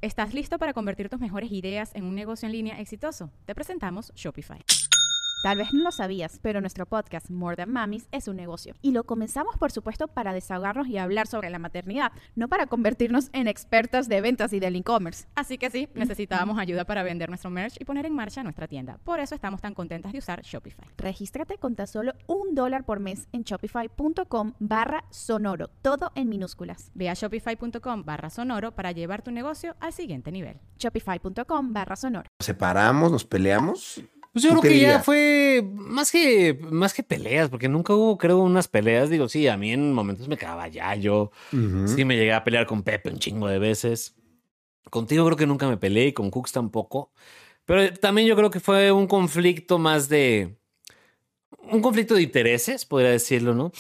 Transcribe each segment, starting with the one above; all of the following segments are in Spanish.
¿Estás listo para convertir tus mejores ideas en un negocio en línea exitoso? Te presentamos Shopify. Tal vez no lo sabías, pero nuestro podcast More Than Mamis es un negocio. Y lo comenzamos, por supuesto, para desahogarnos y hablar sobre la maternidad, no para convertirnos en expertas de ventas y del e-commerce. Así que sí, necesitábamos ayuda para vender nuestro merch y poner en marcha nuestra tienda. Por eso estamos tan contentas de usar Shopify. Regístrate con tan solo $1 por mes en shopify.com/sonoro, todo en minúsculas. Ve a shopify.com/sonoro para llevar tu negocio al siguiente nivel. Shopify.com/sonoro. ¿Nos separamos? ¿Nos peleamos? Pues yo creo que ya fue más que peleas, porque nunca hubo, creo, unas peleas. Digo, sí, a mí en momentos me cagaba Yayo. Sí me llegué a pelear con Pepe un chingo de veces. Contigo creo que nunca me peleé y con Cooks tampoco. Pero también yo creo que fue un conflicto más de... un conflicto de intereses, podría decirlo, ¿no?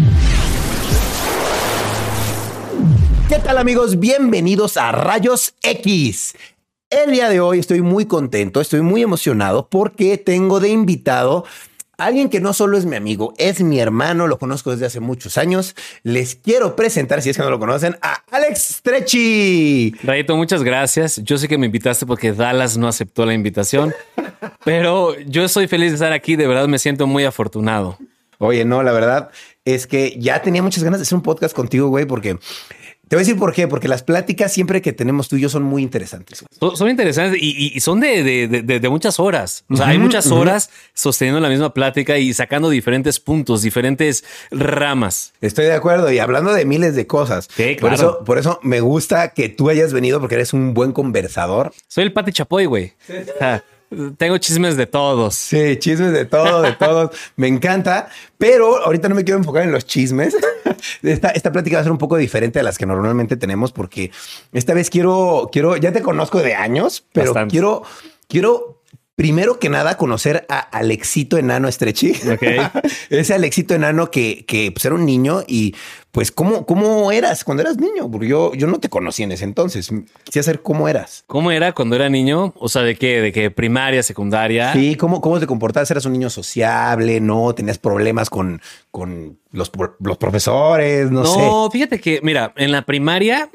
¿Qué tal, amigos? Bienvenidos a Rayos X. El día de hoy estoy muy contento, estoy muy emocionado porque tengo de invitado a alguien que no solo es mi amigo, es mi hermano, lo conozco desde hace muchos años. Les quiero presentar, si es que no lo conocen, a Alex Stretchy. Rayito, muchas gracias. Yo sé que me invitaste porque Dallas no aceptó la invitación, pero yo estoy feliz de estar aquí, de verdad me siento muy afortunado. Oye, no, la verdad es que ya tenía muchas ganas de hacer un podcast contigo, güey, porque... Te voy a decir por qué, porque las pláticas siempre que tenemos tú y yo son muy interesantes. Son interesantes y son de muchas horas. O sea, hay muchas horas sosteniendo la misma plática y sacando diferentes puntos, diferentes ramas. Estoy de acuerdo y hablando de miles de cosas. Sí, claro. Por eso me gusta que tú hayas venido porque eres un buen conversador. Soy el Pati Chapoy, güey. Sí. O sea, tengo chismes de todos. Sí, chismes de todo, de todos. Me encanta, pero ahorita no me quiero enfocar en los chismes. Esta plática va a ser un poco diferente a las que normalmente tenemos porque esta vez quiero, ya te conozco de años, pero bastante. quiero primero que nada conocer a Alexito Enano Stretchy. Okay. Ese Alexito Enano que pues era un niño y pues ¿cómo eras cuando eras niño? Porque yo no te conocí en ese entonces. Quisiera saber cómo eras. ¿Cómo era cuando era niño? O sea, ¿de qué? ¿De qué? ¿Primaria, secundaria? Sí, ¿cómo te comportabas? ¿Eras un niño sociable? ¿No? ¿Tenías problemas con los profesores? No sé. No, fíjate que, mira, en la primaria,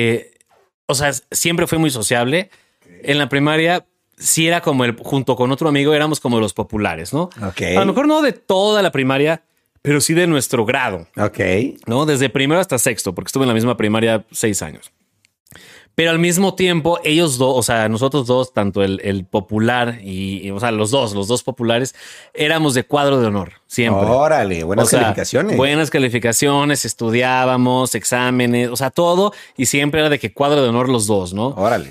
o sea, siempre fui muy sociable. En la primaria... sí era como junto con otro amigo, éramos como los populares, ¿no? Ok. A lo mejor no de toda la primaria, pero sí de nuestro grado. Ok. ¿No? Desde primero hasta sexto, porque estuve en la misma primaria 6 años. Pero al mismo tiempo, ellos dos, o sea, nosotros dos, tanto el popular y, o sea, los dos populares, éramos de cuadro de honor, siempre. Órale, buenas calificaciones. Buenas calificaciones, estudiábamos, exámenes, o sea, todo. Y siempre era de que cuadro de honor los dos, ¿no? Órale.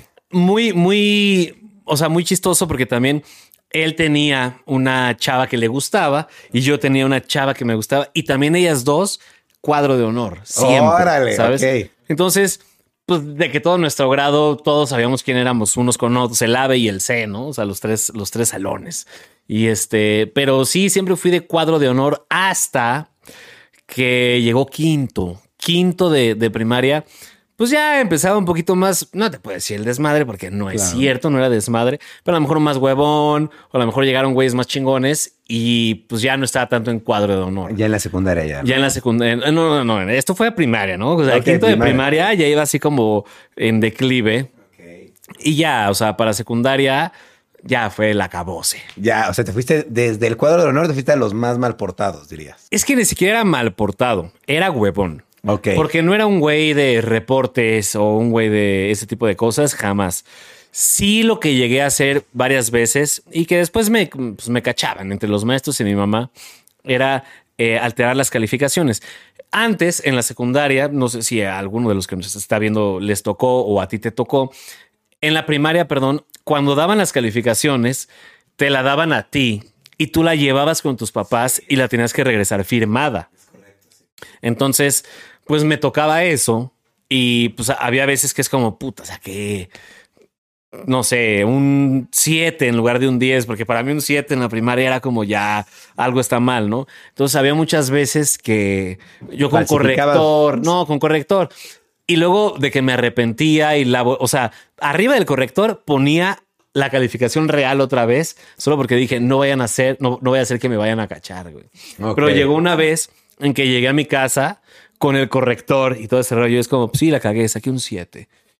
O sea, muy chistoso porque también él tenía una chava que le gustaba y yo tenía una chava que me gustaba y también ellas dos, cuadro de honor. Siempre. Órale, ¿sabes? Ok. Entonces, pues de que todo nuestro grado, todos sabíamos quién éramos unos con otros, el A, B y el C, ¿no? O sea, los tres salones. Y pero sí, siempre fui de cuadro de honor hasta que llegó quinto de primaria. Pues ya empezaba un poquito más, no te puedo decir el desmadre porque no es cierto, no era desmadre, pero a lo mejor más huevón o a lo mejor llegaron güeyes más chingones y pues ya no estaba tanto en cuadro de honor. Ya en la secundaria ya. Ya en la secundaria. No, esto fue a primaria, ¿no? O sea, okay, quinto de primaria ya iba así como en declive. Okay. Y ya, o sea, para secundaria ya fue el acabose. Ya, o sea, te fuiste desde el cuadro de honor, te fuiste a los más mal portados, dirías. Es que ni siquiera era mal portado, era huevón. Okay. Porque no era un güey de reportes o un güey de ese tipo de cosas, jamás. Sí, lo que llegué a hacer varias veces y que después me cachaban entre los maestros y mi mamá era alterar las calificaciones. Antes, en la secundaria, no sé si a alguno de los que nos está viendo les tocó o a ti te tocó, en la primaria, perdón, cuando daban las calificaciones, te la daban a ti y tú la llevabas con tus papás y la tenías que regresar firmada. Entonces, pues me tocaba eso y pues había veces que es como, puta, saqué, no sé, un 7 en lugar de un 10, porque para mí un 7 en la primaria era como ya algo está mal, ¿no? Entonces había muchas veces que yo con corrector. Y luego de que me arrepentía y o sea, arriba del corrector ponía la calificación real otra vez, solo porque dije, no voy a hacer que me vayan a cachar, güey. Okay. Pero llegó una vez en que llegué a mi casa con el corrector y todo ese rollo. Es como, sí, la cagué, saqué un 7.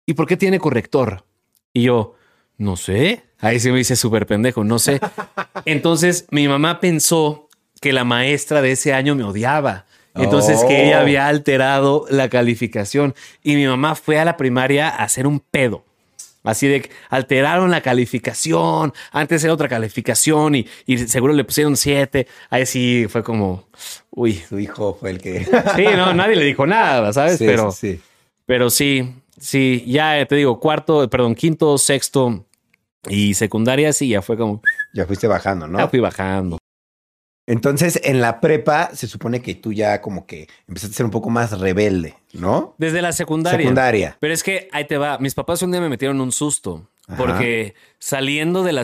¿y por qué tiene corrector? Y yo, no sé. Ahí sí me dice súper pendejo, no sé. Entonces mi mamá pensó que la maestra de ese año me odiaba. Entonces que ella había alterado la calificación. Y mi mamá fue a la primaria a hacer un pedo. Así de que alteraron la calificación. Antes era otra calificación y seguro le pusieron 7. Ahí sí fue como, uy. Su hijo fue el que... Sí, no, nadie le dijo nada, ¿sabes? Sí, pero, sí. pero sí, ya te digo, quinto, sexto y secundaria, sí, ya fue como, Ya fuiste bajando, ¿no? ya fui bajando. Entonces, en la prepa se supone que tú ya como que empezaste a ser un poco más rebelde, ¿no? Desde la secundaria. Secundaria. Pero es que ahí te va. Mis papás un día me metieron un susto. Ajá. Porque saliendo de la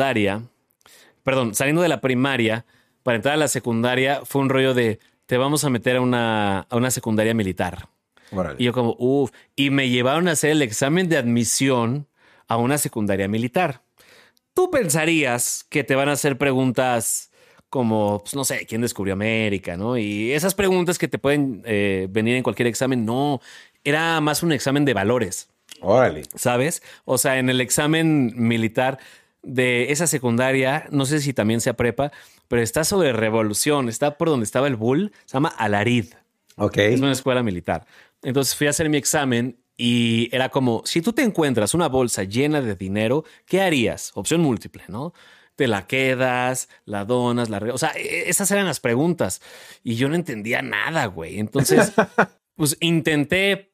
primaria, para entrar a la secundaria, fue un rollo de te vamos a meter a una secundaria militar. Órale. Y yo como, y me llevaron a hacer el examen de admisión a una secundaria militar. Tú pensarías que te van a hacer preguntas como, pues no sé, ¿quién descubrió América? ¿No? Y esas preguntas que te pueden venir en cualquier examen, no, era más un examen de valores, Órale. ¿sabes? O sea, en el examen militar de esa secundaria, no sé si también sea prepa, pero está sobre revolución, está por donde estaba el Bull, se llama Alarid. Ok. Es una escuela militar. Entonces fui a hacer mi examen y era como, si tú te encuentras una bolsa llena de dinero, ¿qué harías? Opción múltiple, ¿no? Te la quedas, la donas, o sea, esas eran las preguntas. Y yo no entendía nada, güey. Entonces, pues intenté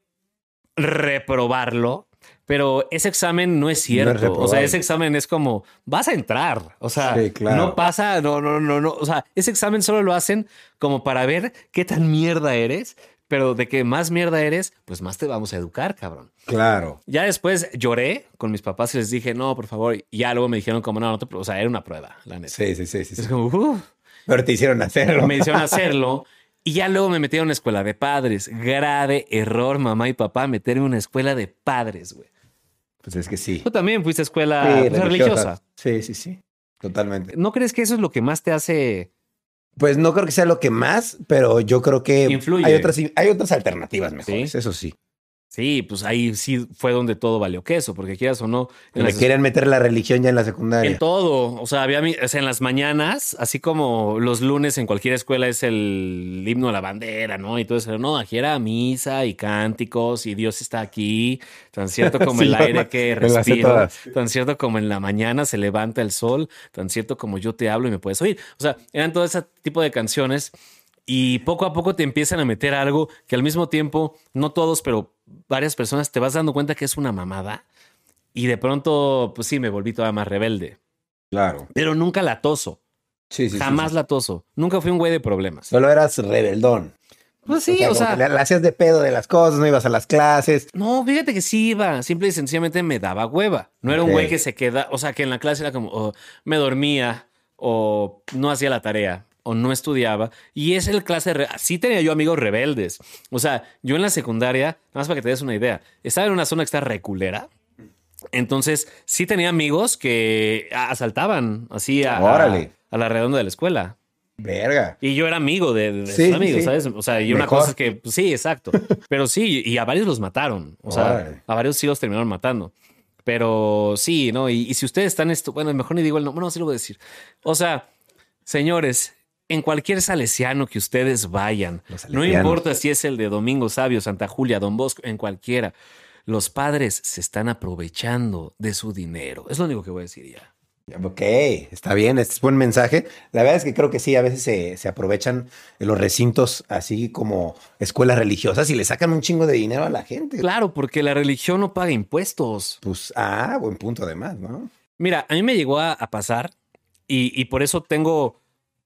reprobarlo, pero ese examen no es cierto. O sea, ese examen es como, vas a entrar. O sea, sí, claro. no pasa, no. O sea, ese examen solo lo hacen como para ver qué tan mierda eres. Pero de que más mierda eres, pues más te vamos a educar, cabrón. Claro. Ya después lloré con mis papás y les dije, no, por favor. Y ya luego me dijeron como, o sea, era una prueba, la neta. Sí. Es como, Pero te hicieron hacerlo. me hicieron hacerlo. Y ya luego me metieron a una escuela de padres. Grave error, mamá y papá, meterme en una escuela de padres, güey. Pues es que sí. Tú también fuiste a escuela religiosa. Sí. Totalmente. ¿No crees que eso es lo que más te hace? Pues no creo que sea lo que más, pero yo creo que Influye. hay otras alternativas mejores, ¿Sí? eso sí. Sí, pues ahí sí fue donde todo valió queso, porque quieras o no. Le querían meter la religión ya en la secundaria. En todo. O sea, en las mañanas, así como los lunes en cualquier escuela es el himno a la bandera, ¿no? Y todo eso. No, aquí era misa y cánticos y Dios está aquí. Tan cierto como Sí, el aire que me las sé respiro. todas. Tan cierto como en la mañana se levanta el sol. Tan cierto como yo te hablo y me puedes oír. O sea, eran todo ese tipo de canciones. Y poco a poco te empiezan a meter algo que al mismo tiempo, no todos, pero varias personas te vas dando cuenta que es una mamada. Y de pronto, pues sí, me volví todavía más rebelde. Claro. Pero nunca latoso. Sí. Jamás latoso. Nunca fui un güey de problemas. Solo eras rebeldón. Pues sí, o sea, le hacías de pedo de las cosas, no ibas a las clases. No, fíjate que sí iba. Simple y sencillamente me daba hueva. No era un güey que se queda, o sea, que en la clase era como, me dormía o no hacía la tarea o no estudiaba. Y es el clase, sí tenía yo amigos rebeldes. O sea, yo en la secundaria, nada más para que te des una idea, estaba en una zona que está reculera. Entonces, sí tenía amigos que asaltaban así a la redonda de la escuela. Verga. Y yo era amigo de sus amigos, sí. ¿sabes? O sea, y una Mejor. cosa es que, pues, sí, exacto. Pero sí, y a varios los mataron. O sea, Órale. a varios sí los terminaron matando. Pero sí, ¿no? Y si ustedes están bueno, mejor ni digo el nombre, no, sí lo voy a decir. O sea, señores, en cualquier salesiano que ustedes vayan, no importa si es el de Domingo Sabio, Santa Julia, Don Bosco, en cualquiera, los padres se están aprovechando de su dinero. Es lo único que voy a decir ya. Ok, está bien, este es buen mensaje. La verdad es que creo que sí, a veces se aprovechan de los recintos así como escuelas religiosas y le sacan un chingo de dinero a la gente. Claro, porque la religión no paga impuestos. Pues, buen punto además, ¿no? Mira, a mí me llegó a pasar y por eso tengo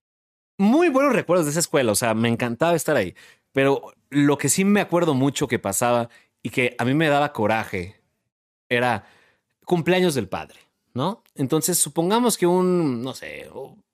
muy buenos recuerdos de esa escuela. O sea, me encantaba estar ahí. Pero lo que sí me acuerdo mucho que pasaba y que a mí me daba coraje era cumpleaños del padre, ¿no? Entonces, supongamos que no sé,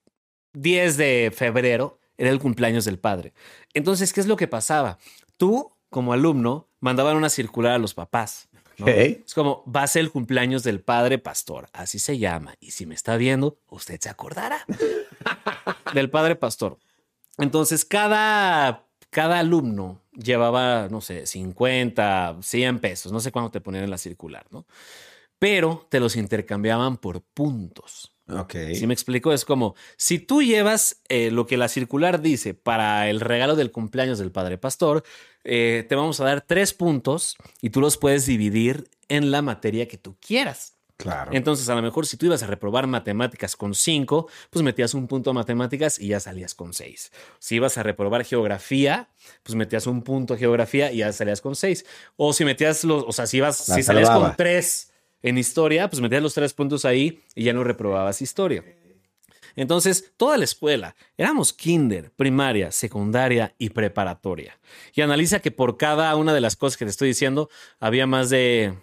10 de febrero era el cumpleaños del padre. Entonces, ¿qué es lo que pasaba? Tú, como alumno, mandaban una circular a los papás, ¿no? Okay. Es como, va a ser el cumpleaños del padre pastor, así se llama. Y si me está viendo, usted se acordará del padre pastor. Entonces, cada alumno llevaba, no sé, 50, 100 pesos, no sé cuánto te ponían en la circular, ¿no? Pero te los intercambiaban por puntos. Ok. ¿Sí me explico? Es como, si tú llevas lo que la circular dice para el regalo del cumpleaños del Padre Pastor, te vamos a dar 3 puntos y tú los puedes dividir en la materia que tú quieras. Claro. Entonces, a lo mejor si tú ibas a reprobar matemáticas con 5, pues metías un punto a matemáticas y ya salías con 6. Si ibas a reprobar geografía, pues metías un punto a geografía y ya salías con 6. O si metías si salías con 3 en historia, pues metías los 3 puntos ahí y ya no reprobabas historia. Entonces, toda la escuela, éramos kinder, primaria, secundaria y preparatoria. Y analiza que por cada una de las cosas que te estoy diciendo, había más de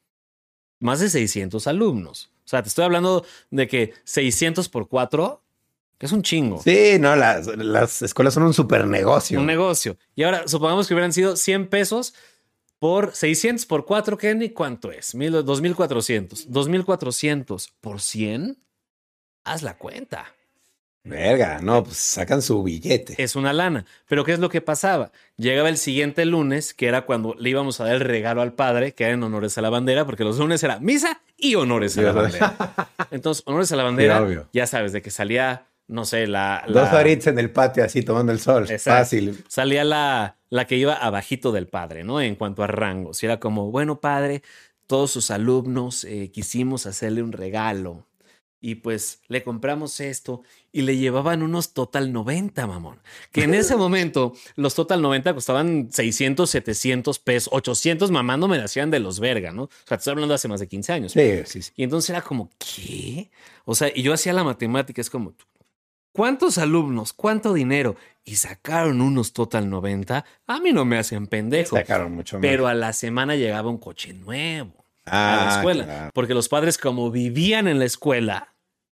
600 alumnos. O sea, te estoy hablando de que 600 por 4 es un chingo. Sí, no, las escuelas son un super negocio. Un negocio. Y ahora, supongamos que hubieran sido 100 pesos por 600 por 4, Kenny, ¿cuánto es? 2,400. 2,400 por 100. Haz la cuenta. Verga, no, pues sacan su billete. Es una lana. Pero ¿qué es lo que pasaba? Llegaba el siguiente lunes, que era cuando le íbamos a dar el regalo al padre, que era en honores a la bandera, porque los lunes era misa y honores a la bandera. Entonces, honores a la bandera, Sí, obvio. ya sabes, de que salía, no sé, 2 horitas en el patio así tomando el sol. Exacto. Fácil. Salía la que iba abajito del padre, ¿no? En cuanto a rangos. Y era como, bueno, padre, todos sus alumnos quisimos hacerle un regalo. Y pues le compramos esto y le llevaban unos Total 90, mamón. Que en ese momento los Total 90 costaban 600, 700 pesos, 800, mamando me la hacían de los verga, ¿no? O sea, te estoy hablando de hace más de 15 años. Sí, sí, sí. Y entonces era como, ¿qué? O sea, y yo hacía la matemática, es como, ¿cuántos alumnos? ¿Cuánto dinero? Y sacaron unos Total 90. A mí no me hacen pendejo. Sacaron mucho más. Pero a la semana llegaba un coche nuevo a la escuela. Claro. Porque los padres, como vivían en la escuela,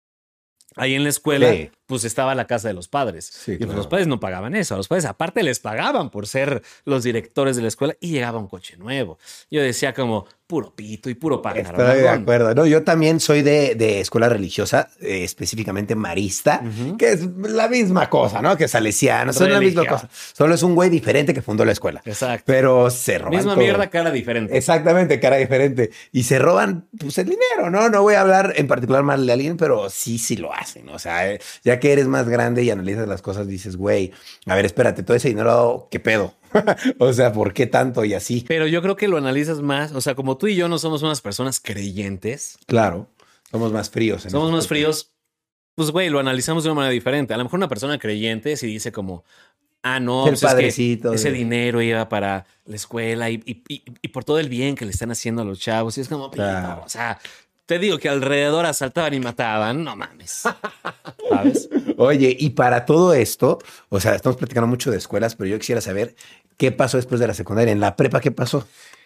ahí en la escuela, Sí. pues estaba la casa de los padres. Sí, Y pues claro. los padres no pagaban eso. A los padres aparte les pagaban por ser los directores de la escuela y llegaba un coche nuevo. Yo decía como puro pito y puro pájaro. Estoy de mamón. acuerdo. No, yo también soy de escuela religiosa, específicamente marista, que es la misma cosa, ¿no? Que salesianos, son la misma Religión. cosa. Solo es un güey diferente que fundó la escuela. Exacto. Pero se roban Misma todo. mierda, cara diferente. Exactamente, cara diferente. Y se roban, pues, el dinero, ¿no? No voy a hablar en particular mal de alguien, pero sí lo hacen. O sea, ya que eres más grande y analizas las cosas, dices, güey, a ver, espérate, todo ese dinero, ¿qué pedo? O sea, ¿por qué tanto y así? Pero yo creo que lo analizas más. O sea, como tú y yo no somos unas personas creyentes, Claro, somos más fríos. somos más fríos, pues, güey, lo analizamos de una manera diferente. A lo mejor una persona creyente si dice como, ah, no, El pues es que padrecito ese de- dinero iba para la escuela y por todo el bien que le están haciendo a los chavos. Y es como, Claro. no, o sea, te digo que alrededor asaltaban y mataban, no mames. ¿Sabes? Oye, y para todo esto, o sea, estamos platicando mucho de escuelas, pero yo quisiera saber qué pasó después de la secundaria. ¿En la prepa qué pasó?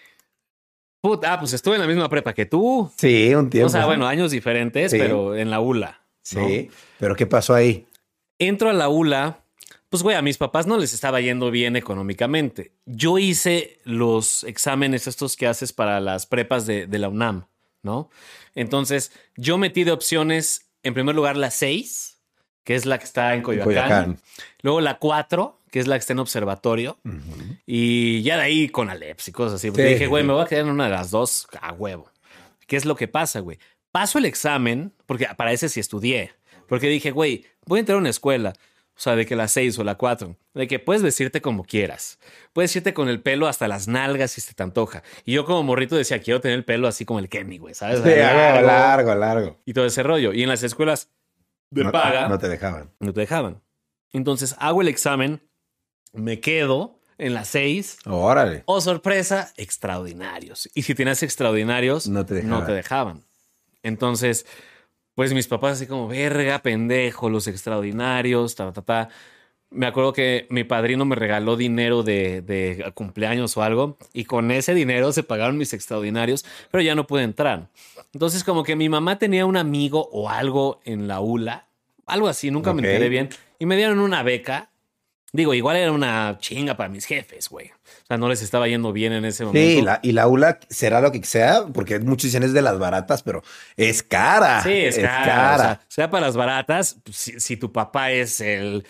Pues estuve en la misma prepa que tú. Sí, un tiempo. O sea, bueno, años diferentes, Sí. pero en la ULA. ¿no? Sí, pero ¿qué pasó ahí? Entro a la ULA, pues güey, a mis papás no les estaba yendo bien económicamente. Yo hice los exámenes estos que haces para las prepas de la UNAM, ¿no? Entonces, yo metí de opciones, en primer lugar, la 6, que es la que está en Coyoacán. Luego la 4, que es la que está en Observatorio. Y ya de ahí con Aleps y cosas así. Porque Sí. dije, güey, me voy a quedar en una de las dos a huevo. ¿Qué es lo que pasa, güey? Paso el examen, porque para ese sí estudié. Porque dije, güey, voy a entrar a una escuela. O sea, de que la 6 o la 4. De que puedes vestirte como quieras. Puedes irte con el pelo hasta las nalgas si se te antoja. Y yo como morrito decía, quiero tener el pelo así como el Kenny, güey, ¿sabes? Sí, largo. Y todo ese rollo. Y en las escuelas de paga No te dejaban. no te dejaban. Entonces hago el examen, me quedo en las 6. Órale. Oh, sorpresa, extraordinarios. Y si tenías extraordinarios, No te dejaban. no te dejaban. Entonces, pues mis papás así como, verga, pendejo, los extraordinarios, ta. Me acuerdo que mi padrino me regaló dinero de cumpleaños o algo y con ese dinero se pagaron mis extraordinarios, pero ya no pude entrar. Entonces como que mi mamá tenía un amigo o algo en la ULA, algo así, nunca me Ok. enteré bien, y me dieron una beca. Digo, igual era una chinga para mis jefes, güey. O sea, no les estaba yendo bien en ese momento. Sí, y la ULA será lo que sea, porque muchos dicen es de las baratas, pero es cara. Sí, es cara. O sea para las baratas, pues, si tu papá es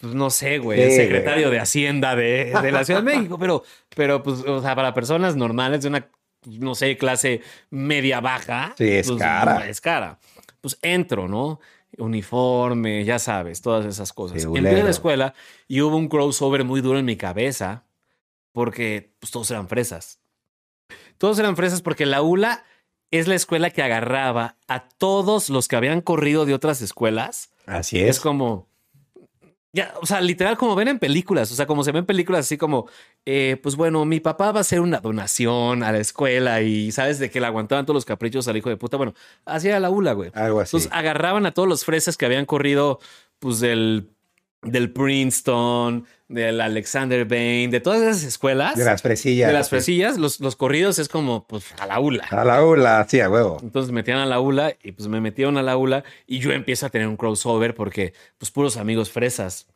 pues no sé, güey, Sí, el secretario de Hacienda de la Ciudad de México, pero pues, o sea, para personas normales de una, no sé, clase media baja. Sí, es pues, cara. no, es cara. Pues entro, ¿no? Uniforme, ya sabes, todas esas cosas. Sí, Empiezo bulero. la escuela y hubo un crossover muy duro en mi cabeza porque pues todos eran fresas. Todos eran fresas porque la ULA es la escuela que agarraba a todos los que habían corrido de otras escuelas. Así Es es. como, ya, o sea, literal como ven en películas, o sea, como se ven películas así como, pues bueno, mi papá va a hacer una donación a la escuela y sabes de que le aguantaban todos los caprichos al hijo de puta. Bueno, así era la ULA, güey. Algo así. Entonces agarraban a todos los fresas que habían corrido, pues del Princeton, del Alexander Bain, de todas esas escuelas. De las fresillas. De las sí. fresillas, los corridos es como, pues, a la ULA. A la ULA, sí, a huevo. Entonces metían a la ULA y pues me metieron a la ULA y yo empiezo a tener un crossover porque pues puros amigos fresas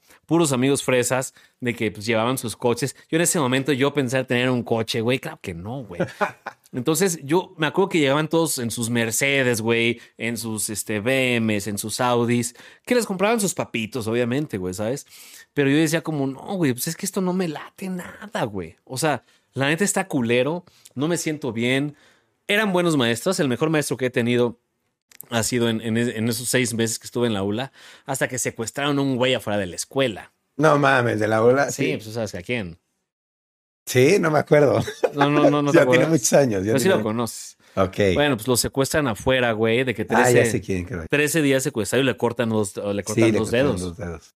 de que pues llevaban sus coches. Yo en ese momento yo pensé tener un coche, güey, claro que no, güey. Entonces yo me acuerdo que llegaban todos en sus Mercedes, güey, en sus BMs, en sus Audis, que les compraban sus papitos, obviamente, güey, ¿sabes? Pero yo decía como, no, güey, pues es que esto no me late nada, güey. O sea, la neta está culero, no me siento bien. Eran buenos maestros, el mejor maestro que he tenido ha sido en esos 6 meses que estuve en la ULA, hasta que secuestraron a un güey afuera de la escuela. No mames, de la ULA. Sí, Sí, pues tú sabes a quién. sí, no me acuerdo. No te Ya tiene acuerdas. muchos años. Ya Pero sí tiene- lo conoces. Ok. Bueno, pues lo secuestran afuera, güey, de que Ah, ya 13, sé quién, creo. 13 días secuestrado y le cortan los Sí, dos le dedos. cortaron los dedos.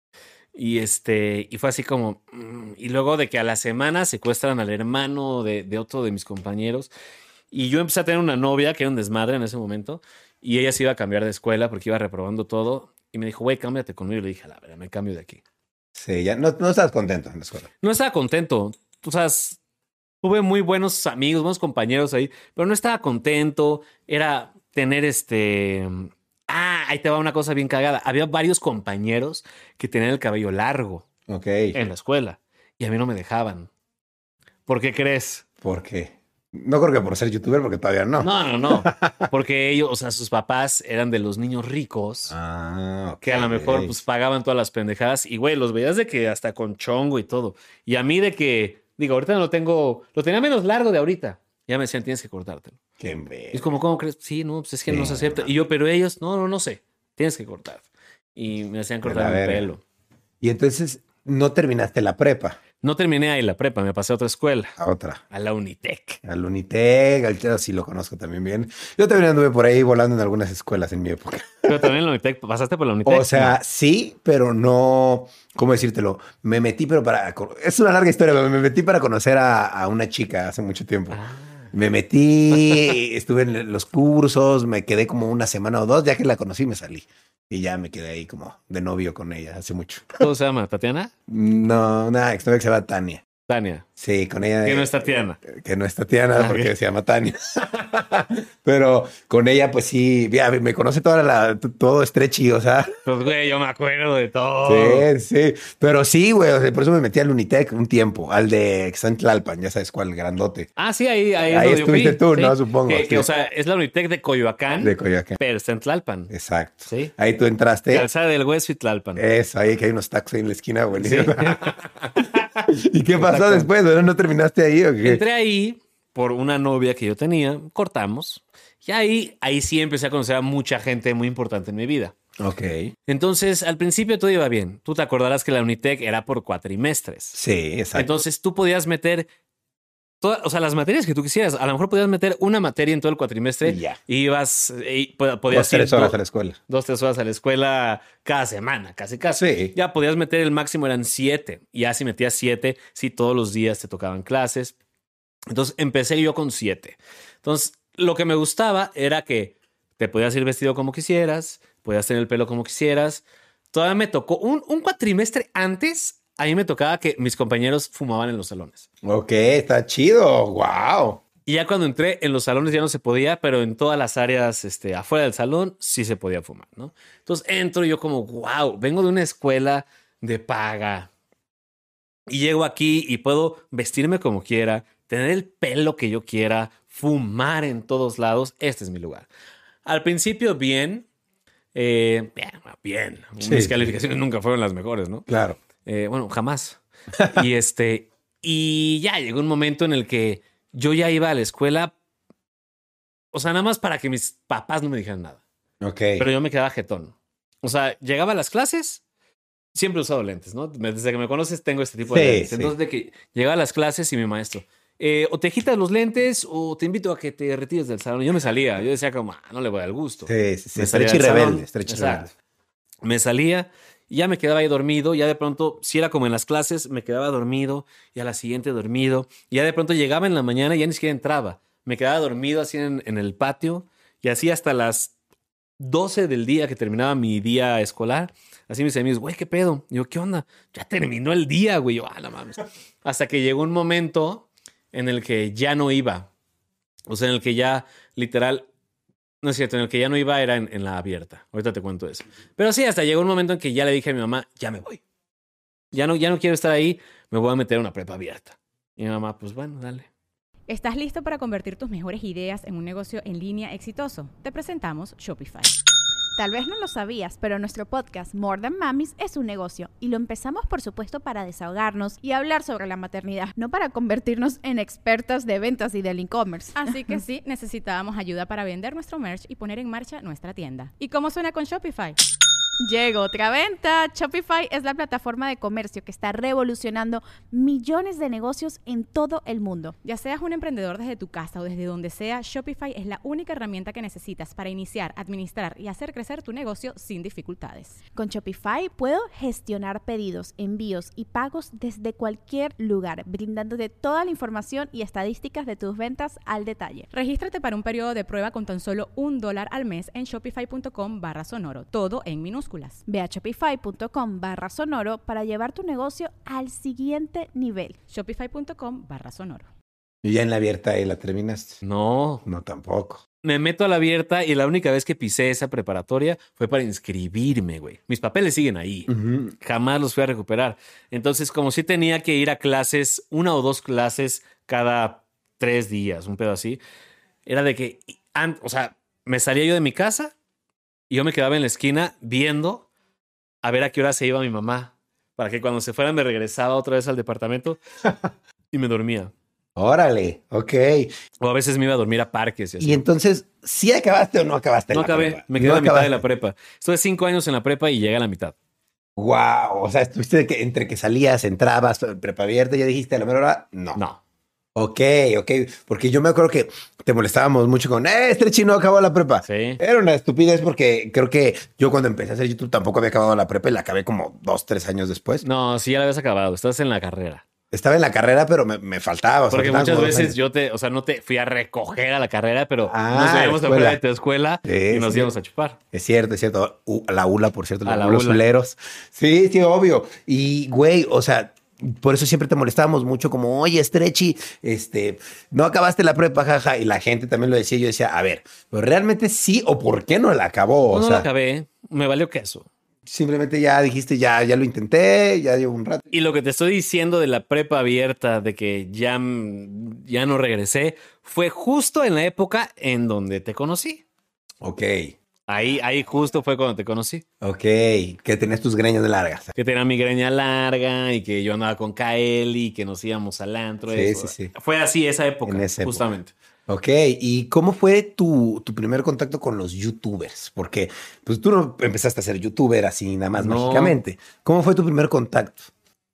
Y fue así como, y luego de que a la semana secuestran al hermano de otro de mis compañeros. Y yo empecé a tener una novia que era un desmadre en ese momento. Y ella se iba a cambiar de escuela porque iba reprobando todo. Y me dijo, güey, cámbiate conmigo. Y le dije, a la verdad, me cambio de aquí. Sí, ya no estás contento en la escuela. No estaba contento. O sea, tuve muy buenos amigos, buenos compañeros ahí, pero no estaba contento. Era tener ahí te va una cosa bien cagada. Había varios compañeros que tenían el cabello largo Ok. en la escuela y a mí no me dejaban. ¿Por qué crees? ¿Por qué? No creo que por ser youtuber, porque todavía no. No. Porque ellos, o sea, sus papás eran de los niños ricos. Ah, ok. Que a lo mejor pues pagaban todas las pendejadas y güey, los veías de que hasta con chongo y todo. Y a mí de que, digo, ahorita no lo tengo, lo tenía menos largo de ahorita. Ya me decían, tienes que cortártelo. Qué Y envidia. es como, ¿cómo crees? Sí, no, pues es que Sí, no se acepta. no. Y yo, pero ellos, no sé, tienes que cortar. Y me hacían De la cortar el verga. pelo. Y entonces no terminaste la prepa. No terminé ahí la prepa, me pasé a otra escuela, A otra. a la Unitec. Al Unitec, al Chero sí lo conozco también bien. Yo también anduve por ahí volando en algunas escuelas en mi época. Pero también en la Unitec, ¿pasaste por la Unitec? O sea, sí, pero no. ¿Cómo decírtelo? Me metí, pero para. Es una larga historia, pero me metí para conocer a una chica hace mucho tiempo. Ah. Me metí, estuve en los cursos, me quedé como una semana o dos, ya que la conocí me salí. Y ya me quedé ahí como de novio con ella hace mucho. ¿Cómo se llama? ¿Tatiana? No, una exnovia que se llama Tania. Tania. Sí, con ella. Que no es Tatiana. Que no es Tatiana, Ah, porque bien. se llama Tania. Pero con ella, pues sí, ya, me conoce todo estrechi, o sea. Pues güey, yo me acuerdo de todo. Sí, sí. Pero sí, güey, o sea, por eso me metí al Unitec un tiempo, al de que está en Tlalpan, ya sabes cuál, grandote. Ah, sí, ahí, Ahí es donde yo estuviste fui, tú, sí. ¿no? Supongo, Que, sí. o sea, es la Unitec de Coyoacán, De Coyoacán. pero está en Tlalpan. Exacto. Sí. Ahí tú entraste. Calzada del Hueso y Tlalpan. Eso, ahí que hay unos tacos ahí en la esquina, güey. Sí. ¿Y qué pasó Exacto. después? ¿No, ¿No terminaste ahí o qué? Entré ahí por una novia que yo tenía, cortamos. Y ahí sí empecé a conocer a mucha gente muy importante en mi vida. Ok. Entonces, al principio todo iba bien. Tú te acordarás que la Unitec era por cuatrimestres. Sí, exacto. Entonces, tú podías meter o sea, las materias que tú quisieras. A lo mejor podías meter una materia en todo el cuatrimestre Y ya. y podías 2-3 ir horas a la escuela. 2-3 horas a la escuela cada semana, casi. Sí. Ya podías meter el máximo, eran 7. Y ya si metías 7, sí, todos los días te tocaban clases. Entonces empecé yo con 7. Entonces, lo que me gustaba era que te podías ir vestido como quisieras, podías tener el pelo como quisieras. Todavía me tocó un cuatrimestre antes. A mí me tocaba que mis compañeros fumaban en los salones. Ok, está chido. Wow. Y ya cuando entré en los salones ya no se podía, pero en todas las áreas afuera del salón sí se podía fumar, ¿no? Entonces entro yo como, wow, vengo de una escuela de paga y llego aquí y puedo vestirme como quiera, tener el pelo que yo quiera, fumar en todos lados. Este es mi lugar. Al principio bien. Bien. Sí, Mis sí. calificaciones nunca fueron las mejores, ¿no? Claro. Bueno, jamás. Y ya llegó un momento en el que yo ya iba a la escuela, o sea, nada más para que mis papás no me dijeran nada. Ok. Pero yo me quedaba jetón. O sea, llegaba a las clases, siempre he usado lentes, ¿no? Desde que me conoces tengo este tipo de lentes. Sí. Entonces, de que llegaba a las clases y mi maestro, o te quitas los lentes o te invito a que te retires del salón. Y yo me salía. Yo decía como, no le voy al gusto. Sí. Me salía Estrecho y del salón. rebelde. Estrecho y rebelde. Exacto. Me salía y ya me quedaba ahí dormido. Ya de pronto, si era como en las clases, me quedaba dormido y a la siguiente dormido. Y ya de pronto llegaba en la mañana y ya ni siquiera entraba. Me quedaba dormido así en el patio y así hasta las 12 del día que terminaba mi día escolar. Así mis amigos, güey, ¿qué pedo? Y yo, ¿qué onda? Ya terminó el día, güey. Yo, no mames. Hasta que llegó un momento en el que ya no iba. O sea, en el que ya literal... No es cierto, en el que ya no iba era en la abierta. Ahorita te cuento eso. Pero sí, hasta llegó un momento en que ya le dije a mi mamá, ya me voy. Ya no quiero estar ahí, me voy a meter a una prepa abierta. Y mi mamá, pues bueno, dale. ¿Estás listo para convertir tus mejores ideas en un negocio en línea exitoso? Te presentamos Shopify. Tal vez no lo sabías, pero nuestro podcast More Than Mamis es un negocio y lo empezamos por supuesto para desahogarnos y hablar sobre la maternidad, no para convertirnos en expertas de ventas y del e-commerce. Así que sí, necesitábamos ayuda para vender nuestro merch y poner en marcha nuestra tienda. ¿Y cómo suena con Shopify? Llegó otra venta. Shopify es la plataforma de comercio que está revolucionando millones de negocios en todo el mundo. Ya seas un emprendedor desde tu casa o desde donde sea, Shopify es la única herramienta que necesitas para iniciar, administrar y hacer crecer tu negocio sin dificultades. Con Shopify puedo gestionar pedidos, envíos y pagos desde cualquier lugar, brindándote toda la información y estadísticas de tus ventas al detalle. Regístrate para un periodo de prueba con tan solo $1 al mes en shopify.com/sonoro, todo en minúsculas. Ve a shopify.com/sonoro para llevar tu negocio al siguiente nivel. Shopify.com/sonoro. ¿Y ya en la abierta la terminaste? No. No, tampoco. Me meto a la abierta y la única vez que pisé esa preparatoria fue para inscribirme, güey. Mis papeles siguen ahí. Uh-huh. Jamás los fui a recuperar. Entonces, como si tenía que ir a clases, 1 o 2 clases cada 3 días, un pedo así, era de que, o sea, me salía yo de mi casa y yo me quedaba en la esquina viendo a ver a qué hora se iba mi mamá, para que cuando se fuera me regresaba otra vez al departamento y me dormía. Órale, ok. O a veces me iba a dormir a parques y así. Y entonces, ¿sí acabaste o no acabaste? No la acabé, prepa? me quedé No a la mitad de la acabaste. prepa. Estuve 5 años en la prepa y llegué a la mitad. Wow, o sea, estuviste entre que salías, entrabas, prepa abierta, ya dijiste a la mera hora, no. No. Ok, porque yo me acuerdo que te molestábamos mucho con, este chino acabó la prepa. Sí. Era una estupidez porque creo que yo cuando empecé a hacer YouTube tampoco había acabado la prepa y la acabé como 2, 3 años después. No, sí, ya la habías acabado. Estás en la carrera. Estaba en la carrera, pero me faltaba. o sea, Porque faltaban muchas como 2 veces años. no te fui a recoger a la carrera, pero Ah, nos veíamos la afuera escuela. de tu escuela Sí, y nos sí. íbamos a chupar. Es cierto, es cierto. La ULA, por cierto, A la los ULA. uleros. Sí, sí, obvio. Y, güey, o sea, por eso siempre te molestábamos mucho como, oye, Stretchy, no acabaste la prepa, jaja. Y la gente también lo decía. Yo decía, a ver, ¿pero realmente sí o por qué no la acabó? O No sea, la acabé, me valió queso. simplemente ya dijiste, ya lo intenté, ya llevo un rato. Y lo que te estoy diciendo de la prepa abierta, de que ya no regresé, fue justo en la época en donde te conocí. Ok, Ahí justo fue cuando te conocí. ok. Que tenés tus greñas largas. Que tenía mi greña larga y que yo andaba con Kael y que nos íbamos al antro. Sí, eso. sí, sí. Fue así esa época, En esa época. justamente. Ok, ¿y cómo fue tu primer contacto con los youtubers? Porque pues tú no empezaste a ser youtuber así nada más No. mágicamente. ¿Cómo fue tu primer contacto?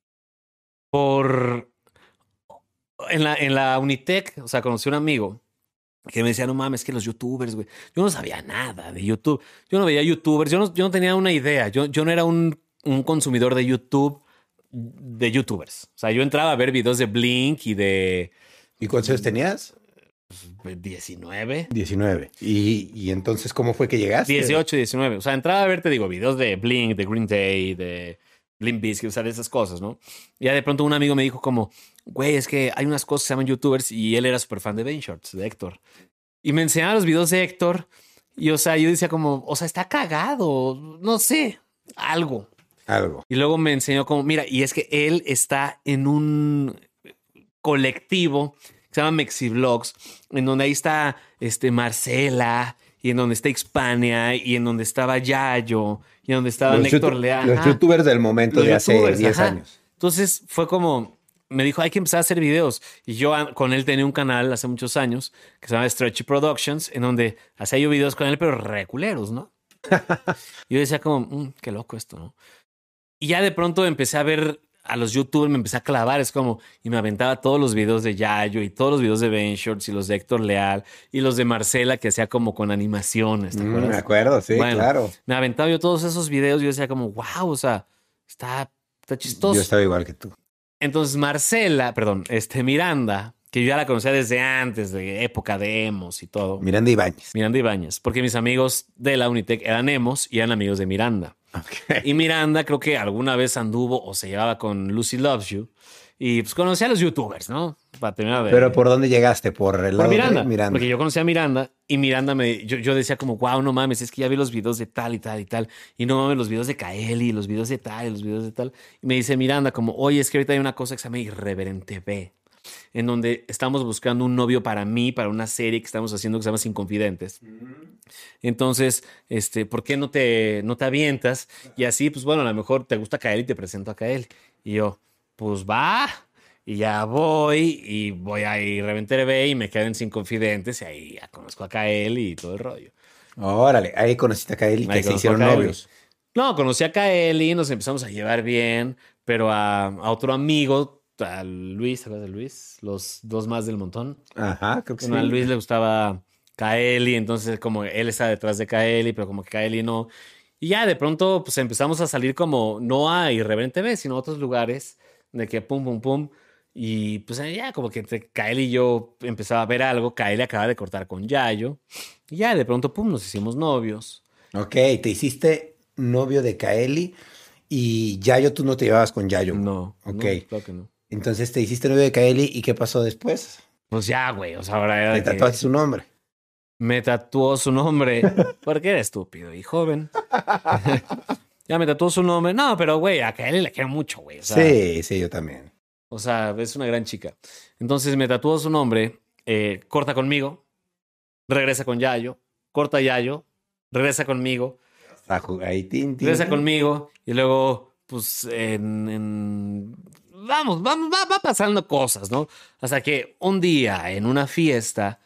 En la Unitec, o sea, conocí a un amigo que me decía, no mames, que los youtubers, güey. Yo no sabía nada de YouTube. Yo no veía youtubers, yo no tenía una idea. Yo no era un consumidor de YouTube, de youtubers. O sea, yo entraba a ver videos de Blink y de ¿Y cuántos años tenías? 19. 19. ¿Y entonces cómo fue que llegaste? 18, 19. O sea, entraba a ver, te digo, videos de Blink, de Green Day, de Limp Bizkit, o sea, de esas cosas, ¿no? Y ya de pronto un amigo me dijo como, güey, es que hay unas cosas que se llaman youtubers y él era súper fan de Bane Shorts, de Héctor. Y me enseñaba los videos de Héctor y, o sea, yo decía como, o sea, está cagado, no sé, algo. Algo. Y luego me enseñó como, mira, y es que él está en un colectivo que se llama Mexivlogs, en donde ahí está Marcela y en donde está Xpania, y en donde estaba Yayo, y en donde estaba Héctor Leal. Los youtubers del momento Los de hace youtubers, 10 ajá. años. Entonces fue como, me dijo, hay que empezar a hacer videos. Y yo con él tenía un canal hace muchos años que se llama Stretchy Productions, en donde hacía yo videos con él, pero reculeros, ¿no? Y yo decía como, qué loco esto, ¿no? Y ya de pronto empecé a ver a los youtubers, me empecé a clavar, es como, y me aventaba todos los videos de Yayo y todos los videos de Ben Shorts y los de Héctor Leal y los de Marcela que hacía como con animaciones, ¿te acuerdas? Me acuerdo, sí, Bueno, claro. Me aventaba yo todos esos videos y yo decía como, wow, o sea, está chistoso. Yo estaba igual que tú. Entonces Miranda, que yo ya la conocía desde antes, de época de emos y todo. Miranda Ibáñez. Miranda Ibáñez, porque mis amigos de la Unitec eran emos y eran amigos de Miranda. Okay. Y Miranda creo que alguna vez anduvo o se llevaba con Lucy Loves You y pues conocía a los youtubers, ¿no? Para terminar de... Pero ¿por dónde llegaste? ¿Por el lado Miranda, de Miranda? porque yo conocía a Miranda y Miranda yo decía como, wow, no mames, es que ya vi los videos de tal y tal y tal. Y no mames, los videos de Kaeli, los videos de tal y los videos de tal. Y me dice Miranda como, oye, es que ahorita hay una cosa que se llama Irreverente B, en donde estamos buscando un novio para mí, para una serie que estamos haciendo que se llama Sin Confidentes. Entonces, ¿por qué no te avientas? Y así, pues bueno, a lo mejor te gusta Kaeli y te presento a Kaeli. Y yo, pues va. Y ya voy a Irreverente B y me quedo en Sin Confidentes y ahí ya conozco a Kaeli y todo el rollo. Órale, ahí conociste a Kaeli que se hicieron novios. No, conocí a Kaeli, nos empezamos a llevar bien, pero a otro amigo, a Luis, ¿sabes de Luis? Los dos más del montón. Ajá, creo que Bueno, sí. a Luis le gustaba Kaeli, entonces como él estaba detrás de Kaeli, pero como que Kaeli no. Y ya de pronto pues empezamos a salir como no a Irreverente B, sino a otros lugares de que pum, pum, pum. Y pues ya como que entre Kaeli y yo empezaba a ver algo. Kaeli acaba de cortar con Yayo. Y ya de pronto, pum, nos hicimos novios. Ok, te hiciste novio de Kaeli y Yayo, tú no te llevabas con Yayo. No, Ok. no, claro que no. Entonces te hiciste novio de Kaeli y ¿qué pasó después? Pues ya, güey, o sea, ahora era Te de que tatuaste su nombre. me tatuó su nombre porque era estúpido y joven. Ya me tatuó su nombre. No, pero güey, a Kaeli le quiero mucho, güey. O sea, Sí, yo también. O sea, es una gran chica. Entonces me tatuó su nombre, corta conmigo, regresa con Yayo, corta Yayo, regresa conmigo, Ahí, regresa conmigo y luego, pues, vamos, va pasando cosas, ¿no? Hasta que un día en una fiesta,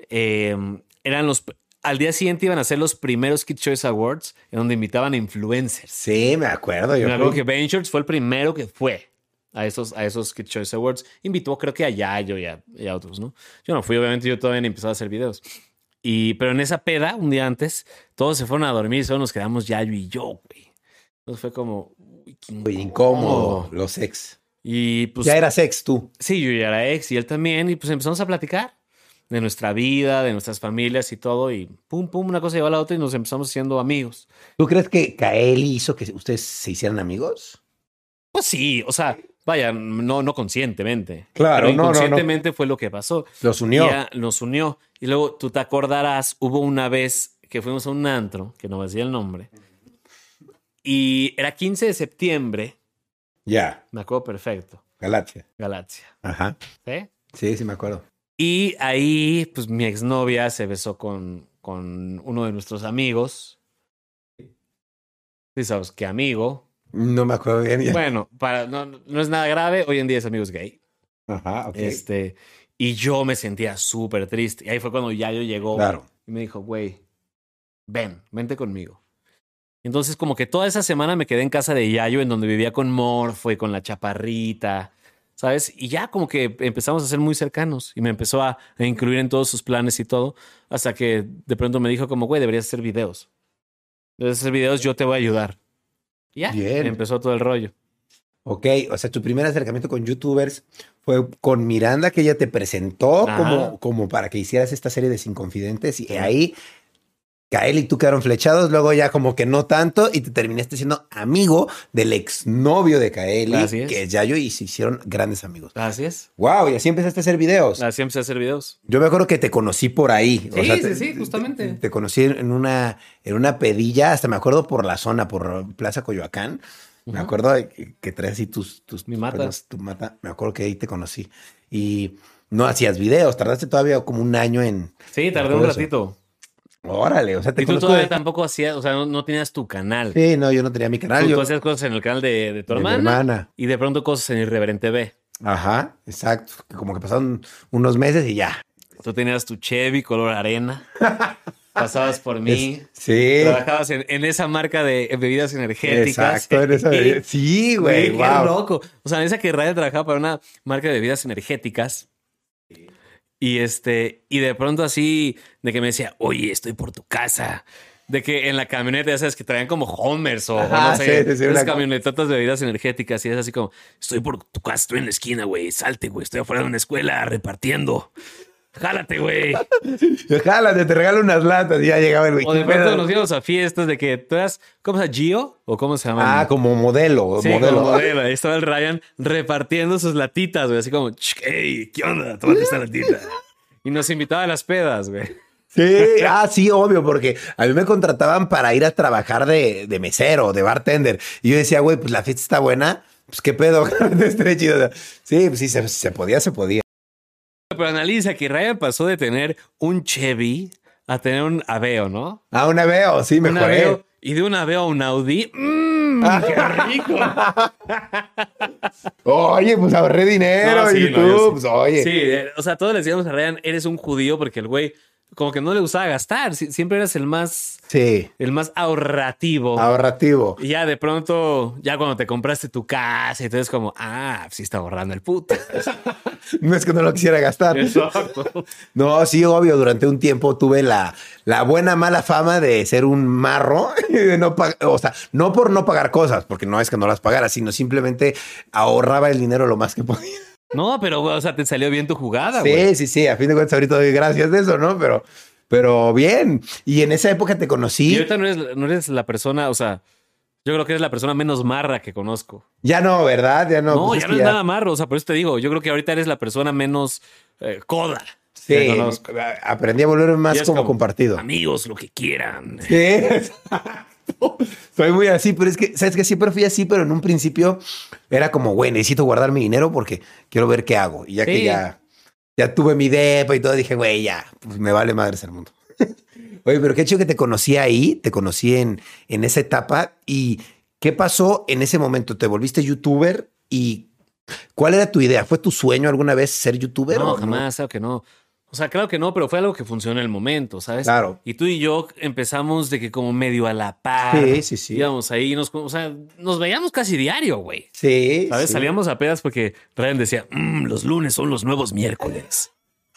al día siguiente iban a ser los primeros Kids Choice Awards en donde invitaban a influencers. Sí, me acuerdo. Me acuerdo que Ben Shorts fue el primero que fue a esos Kids Choice Awards. Invitó creo que a Yayo y a otros, ¿no? Yo no fui, obviamente yo todavía no empezaba a hacer videos. Pero en esa peda, un día antes, todos se fueron a dormir y solo nos quedamos Yayo y yo, güey. Entonces fue como... Uy, qué Muy incómodo, los ex. Y pues... Ya eras ex tú. Sí, yo ya era ex y él también. Y pues empezamos a platicar de nuestra vida, de nuestras familias y todo. Y pum, pum, una cosa llevó a la otra y nos empezamos siendo amigos. ¿Tú crees que Kaeli hizo que ustedes se hicieran amigos? Pues sí, o sea, vaya, no conscientemente. Claro, pero no. inconscientemente fue lo que pasó. Los unió. Y ya nos unió. Y luego tú te acordarás, hubo una vez que fuimos a un antro, que no me decía el nombre, y era 15 de septiembre, Ya, me acuerdo perfecto, Galaxia. Galaxia. Ajá. ¿Sí? Sí, me acuerdo. Y ahí, pues mi exnovia se besó con uno de nuestros amigos. Sí, sabes qué amigo. No me acuerdo bien. Ya. Bueno, no es nada grave. Hoy en día ese amigo es gay. Ajá, ok. Y yo me sentía súper triste. Y ahí fue cuando Yayo llegó Claro. y me dijo, güey, vente conmigo. Entonces como que toda esa semana me quedé en casa de Yayo, en donde vivía con Morfo y con la chaparrita, ¿sabes? Y ya como que empezamos a ser muy cercanos y me empezó a incluir en todos sus planes y todo, hasta que de pronto me dijo como, güey, deberías hacer videos. Deberías hacer videos, yo te voy a ayudar. Y ya, Bien. empezó todo el rollo. Ok, o sea, tu primer acercamiento con youtubers fue con Miranda, que ella te presentó Ajá. como para que hicieras esta serie de Sin Confidentes y ahí Kaeli y tú quedaron flechados, luego ya como que no tanto y te terminaste siendo amigo del exnovio de Kaeli, Así es. que es Yayo, y se hicieron grandes amigos. Así es. Wow, y así empezaste a hacer videos. Así empecé a hacer videos. Yo me acuerdo que te conocí por ahí. Sí, justamente. Te conocí en una pedilla, hasta me acuerdo por la zona, por Plaza Coyoacán. Me acuerdo que traes así tus Mi mata. pelos, tu mata. Me acuerdo que ahí te conocí. Y no hacías videos, tardaste todavía como un año en... Sí, tardé todo un eso. ratito. Órale, o sea, te Y tú conozco todavía de... tampoco hacías, o sea, no tenías tu canal. Sí, no, yo no tenía mi canal. Tú Yo... hacías cosas en el canal de tu De mi hermana, hermana. y de pronto cosas en Irreverente B. Ajá, exacto. Que como que pasaron unos meses y ya. Tú tenías tu Chevy color arena, pasabas por mí, Sí. trabajabas en esa marca de bebidas energéticas. Exacto, en esa bebida. Sí, güey, Qué wow. loco. O sea, en esa que Ryan trabajaba para una marca de bebidas energéticas. Y y de pronto así, de que me decía, oye, estoy por tu casa. De que en la camioneta, ya sabes, que traían como Homers o Ajá, no sé, sí, esas una- camionetotas de bebidas energéticas. Y es así como, estoy por tu casa, estoy en la esquina, güey, salte, güey, estoy afuera de una escuela repartiendo. Jálate, güey. Jálate, te regalo unas latas y ya llegaba el güey. O de ¿Qué pronto pedo? nos íbamos a fiestas de que tú eras, ¿cómo se llama? ¿Gio? ¿O cómo se llama? Ah, como modelo. Sí, modelo. como modelo. Ahí estaba el Ryan repartiendo sus latitas, güey. Así como, hey, ¿qué onda? Tómate esta latita. Y nos invitaba a las pedas, güey. Sí, sí, obvio, porque a mí me contrataban para ir a trabajar de mesero, de bartender. Y yo decía, güey, pues la fiesta está buena. Pues qué pedo, estaría chido. Sí, pues sí, se podía, se podía. Pero analiza que Ryan pasó de tener un Chevy a tener un Aveo, ¿no? Ah, una veo, sí, Un mejoré. Aveo. Y de un Aveo a un Audi. ¡Qué rico! Oye, pues ahorré dinero No, sí, y no, tú, yo sí. pues oye. Sí, o sea, todos le decíamos a Ryan, eres un judío porque el güey como que no le gustaba gastar. Siempre eras el más ahorrativo. Ahorrativo. Y ya de pronto, ya cuando te compraste tu casa y todo es como, sí está ahorrando el puto. No es que no lo quisiera gastar. Exacto. No, sí, obvio, durante un tiempo tuve la buena, mala fama de ser un marro, y de no o sea, no por no pagar cosas, porque no es que no las pagara, sino simplemente ahorraba el dinero lo más que podía. No, pero, o sea, te salió bien tu jugada, güey. Sí, sí, sí, a fin de cuentas ahorita doy gracias de eso, ¿no? Pero bien, y en esa época te Y conocí. ahorita no eres la persona, o sea, yo creo que eres la persona menos marra que conozco. Ya no, ¿verdad? Ya no. No, pues ya es no que es nada marro, o sea, por eso te digo, yo creo que ahorita eres la persona menos coda que Sí, conozco. aprendí a volverme Y más es como compartido. Amigos, lo que quieran. Sí, exacto. Soy muy así, pero es que, ¿sabes qué? Siempre fui así, pero en un principio era como, güey, necesito guardar mi dinero porque quiero ver qué hago. Y ya Sí. que ya tuve mi depa y todo, dije, güey, ya, pues me vale madres el mundo. Oye, pero qué chido que te conocí ahí, te conocí en esa etapa. ¿Y qué pasó en ese momento? ¿Te volviste youtuber? ¿Y cuál era tu idea? ¿Fue tu sueño alguna vez ser youtuber? No, o jamás, claro que no. O sea, claro que no, pero fue algo que funcionó en el momento, ¿sabes? Claro. Y tú y yo empezamos de que como medio a la par. Sí, sí, sí. Íbamos ahí, o sea, nos veíamos casi diario, güey. Sí, ¿Sabes? sí. Salíamos a pedas porque Ryan decía, los lunes son los nuevos miércoles.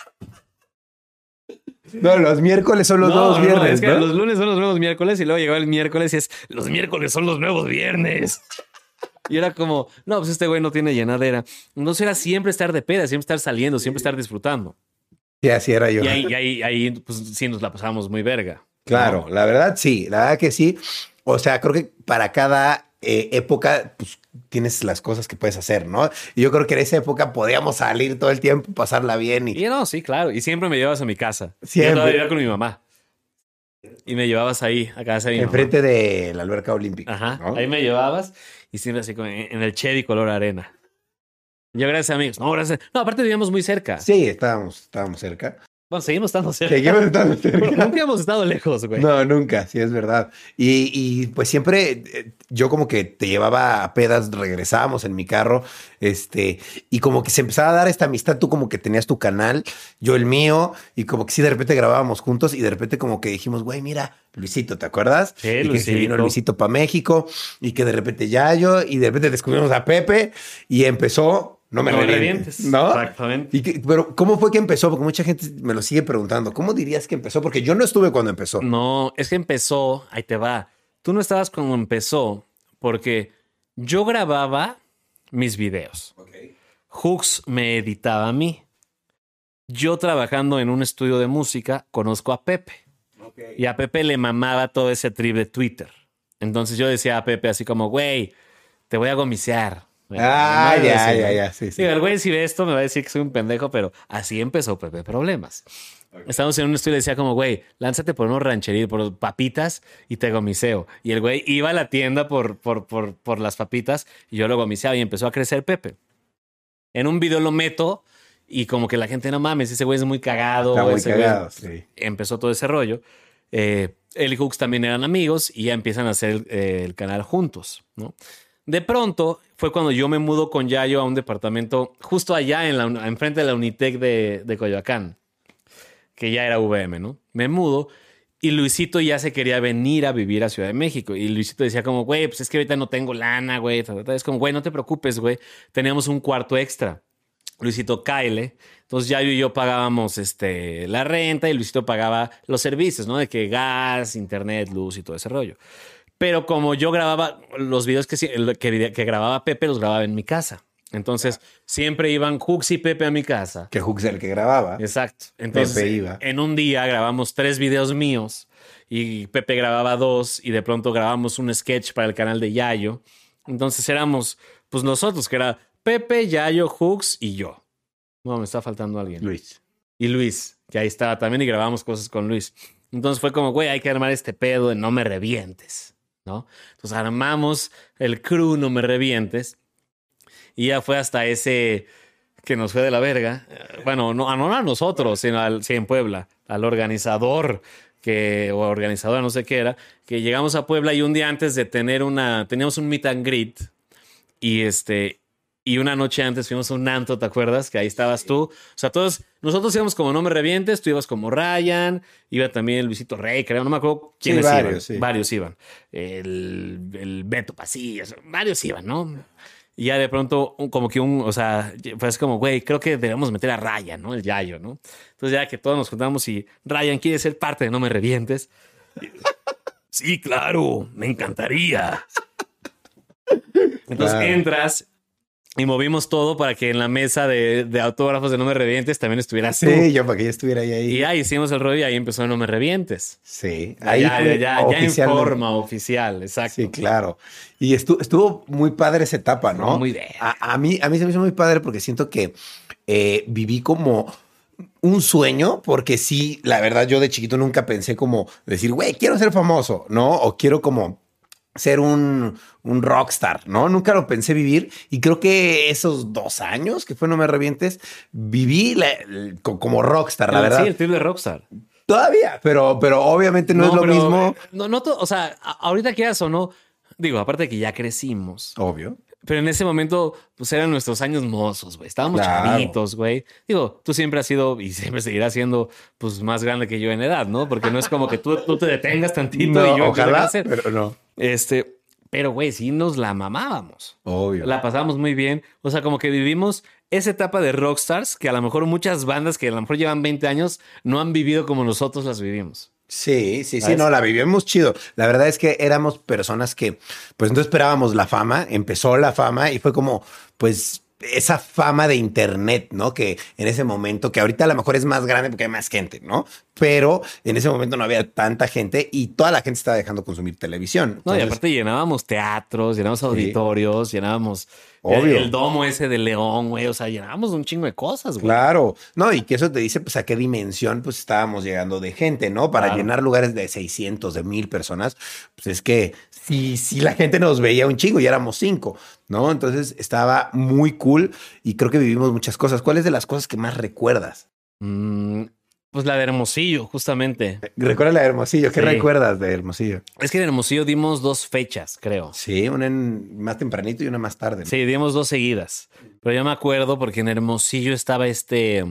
No, los miércoles son los nuevos viernes, es que ¿no? los lunes son los nuevos miércoles y luego llegaba el miércoles y es, los miércoles son los nuevos viernes. Y era como, no, pues este güey no tiene llenadera. Entonces era siempre estar de peda, siempre estar saliendo, siempre estar disfrutando. Sí, así era yo. Y ahí pues sí nos la pasábamos muy verga. Claro, ¿no? la verdad sí, la verdad que sí. O sea, creo que para cada época pues, tienes las cosas que puedes hacer, ¿no? Y yo creo que en esa época podíamos salir todo el tiempo, pasarla bien. Y no, sí, claro. Y siempre me llevabas a mi casa. Siempre. Yo todavía vivía con mi mamá. Y me llevabas ahí, a casa de mi mamá. Enfrente de la alberca olímpica. Ajá. ¿no? Ahí me llevabas y siempre así como en el Chevy color arena. Yo, gracias, amigos. No, gracias. No, aparte vivíamos muy cerca. Sí, estábamos cerca. Bueno, seguimos estando cerca. Seguimos estando Pero cerca. nunca hemos estado lejos, güey. No, nunca, sí es verdad. Y pues siempre yo como que te llevaba a pedas, regresábamos en mi carro, y como que se empezaba a dar esta amistad, tú como que tenías tu canal, yo el mío, y como que sí de repente grabábamos juntos y de repente como que dijimos, güey, mira, Luisito, ¿te acuerdas? Sí, y que se Luisito. vino Luisito para México y que de repente Yayo y de repente descubrimos a Pepe y empezó... No me revientes, ¿no? Exactamente. Pero, ¿cómo fue que empezó? Porque mucha gente me lo sigue preguntando. ¿Cómo dirías que empezó? Porque yo no estuve cuando empezó. No, es que empezó, ahí te va. Tú no estabas cuando empezó porque yo grababa mis videos. Hooks me editaba a mí. Yo trabajando en un estudio de música conozco a Pepe. Y a Pepe le mamaba todo ese trip de Twitter. Entonces yo decía a Pepe así como, güey, te voy a gomisear. Ah, Madre, sí, ya, sí. Digo, el güey si ve esto me va a decir que soy un pendejo, pero así empezó Pepe Problemas. Estábamos en un estudio y le decía como, güey, lánzate por unos rancheritos, por papitas y te gomiseo. Y el güey iba a la tienda por las papitas y yo lo gomiseaba y empezó a crecer Pepe. En un video lo meto y como que la gente, no mames, ese güey es muy cagado. Está muy ese güey cagado, sí. empezó todo ese rollo. Él y Hooks también eran amigos y ya empiezan a hacer el canal juntos, ¿no? De pronto fue cuando yo me mudo con Yayo a un departamento justo allá enfrente de la Unitec de Coyoacán, que ya era VM, ¿no? Me mudo y Luisito ya se quería venir a vivir a Ciudad de México. Y Luisito decía como, güey, pues es que ahorita no tengo lana, güey. Es como, güey, no te preocupes, güey. Teníamos un cuarto extra. Luisito, cáele. Entonces Yayo y yo pagábamos la renta y Luisito pagaba los servicios, ¿no? De que gas, internet, luz y todo ese rollo. Pero como yo grababa los videos que grababa Pepe, los grababa en mi casa. Entonces siempre iban Hooks y Pepe a mi casa. Que Hooks era el que grababa. Exacto. Entonces Pepe iba. En un día grabamos 3 videos míos y Pepe grababa 2 y de pronto grabamos un sketch para el canal de Yayo. Entonces éramos pues nosotros, que era Pepe, Yayo, Hooks y yo. No, me está faltando alguien. Luis. Y Luis, que ahí estaba también y grabamos cosas con Luis. Entonces fue como, güey, hay que armar este pedo de No Me Revientes, ¿no? Entonces armamos el crew No Me Revientes y ya fue hasta ese que nos fue de la verga. Bueno, no a nosotros, sino sí, en Puebla, al organizador o organizadora, no sé qué era, que llegamos a Puebla y un día antes de teníamos un meet and greet y una noche antes fuimos a un antro, ¿te acuerdas? Que ahí estabas tú. O sea, nosotros íbamos como No Me Revientes, tú ibas como Ryan, iba también Luisito Rey, creo, no me acuerdo quiénes iban. Sí. Varios iban. El Beto Pasillas, varios iban, ¿no? Y ya de pronto, fue así como, güey, creo que debemos meter a Ryan, ¿no? El Yayo, ¿no? Entonces ya que todos nos juntamos y Ryan quiere ser parte de No Me Revientes. Sí, claro, me encantaría. Entonces entras y movimos todo para que en la mesa de autógrafos de No Me Revientes también estuvieras tú. Sí, yo para que yo estuviera ahí. Y ahí hicimos el rollo y ahí empezó No Me Revientes. Sí. Ahí ya en forma oficial, exacto. Sí, claro. Y estuvo muy padre esa etapa, ¿no? Muy bien. A mí se me hizo muy padre porque siento que viví como un sueño, porque sí, la verdad, yo de chiquito nunca pensé como decir, güey, quiero ser famoso, ¿no? O quiero como ser un rockstar, ¿no? Nunca lo pensé vivir y creo que esos 2 años que fue No Me Revientes, viví como rockstar, la verdad. Sí, el triple rockstar. Todavía, pero obviamente no es lo mismo. O sea, ahorita quieras o no, digo, aparte de que ya crecimos. Obvio. Pero en ese momento, pues eran nuestros años mozos, güey. Estábamos chavitos, güey. Digo, tú siempre has sido y siempre seguirás siendo, pues, más grande que yo en edad, ¿no? Porque no es como que tú te detengas tantito No, y yo ojalá, hacer. pero no. Pero, güey, sí nos la mamábamos. Obvio. La pasábamos muy bien. O sea, como que vivimos esa etapa de rockstars que a lo mejor muchas bandas que a lo mejor llevan 20 años no han vivido como nosotros las vivimos. Sí, no, la vivimos chido. La verdad es que éramos personas que, pues, no esperábamos la fama, empezó la fama y fue como, pues, esa fama de internet, ¿no? Que en ese momento, que ahorita a lo mejor es más grande porque hay más gente, ¿no? Pero en ese momento no había tanta gente y toda la gente estaba dejando consumir televisión. Entonces, no, y aparte llenábamos teatros, llenábamos auditorios, llenábamos el domo ese de León, güey. O sea, llenábamos un chingo de cosas, güey. Claro. No, y que eso te dice, pues, a qué dimensión, pues, estábamos llegando de gente, ¿no? Para llenar lugares de 600, de 1000 personas, pues, es que sí la gente nos veía un chingo y éramos 5, ¿no? Entonces, estaba muy cool y creo que vivimos muchas cosas. ¿Cuál es de las cosas que más recuerdas? Pues la de Hermosillo, justamente. Recuerda la de Hermosillo. ¿Qué recuerdas de Hermosillo? Es que en Hermosillo dimos 2 fechas, creo. Sí, una más tempranito y una más tarde, ¿no? Sí, dimos 2 seguidas. Pero yo me acuerdo porque en Hermosillo estaba este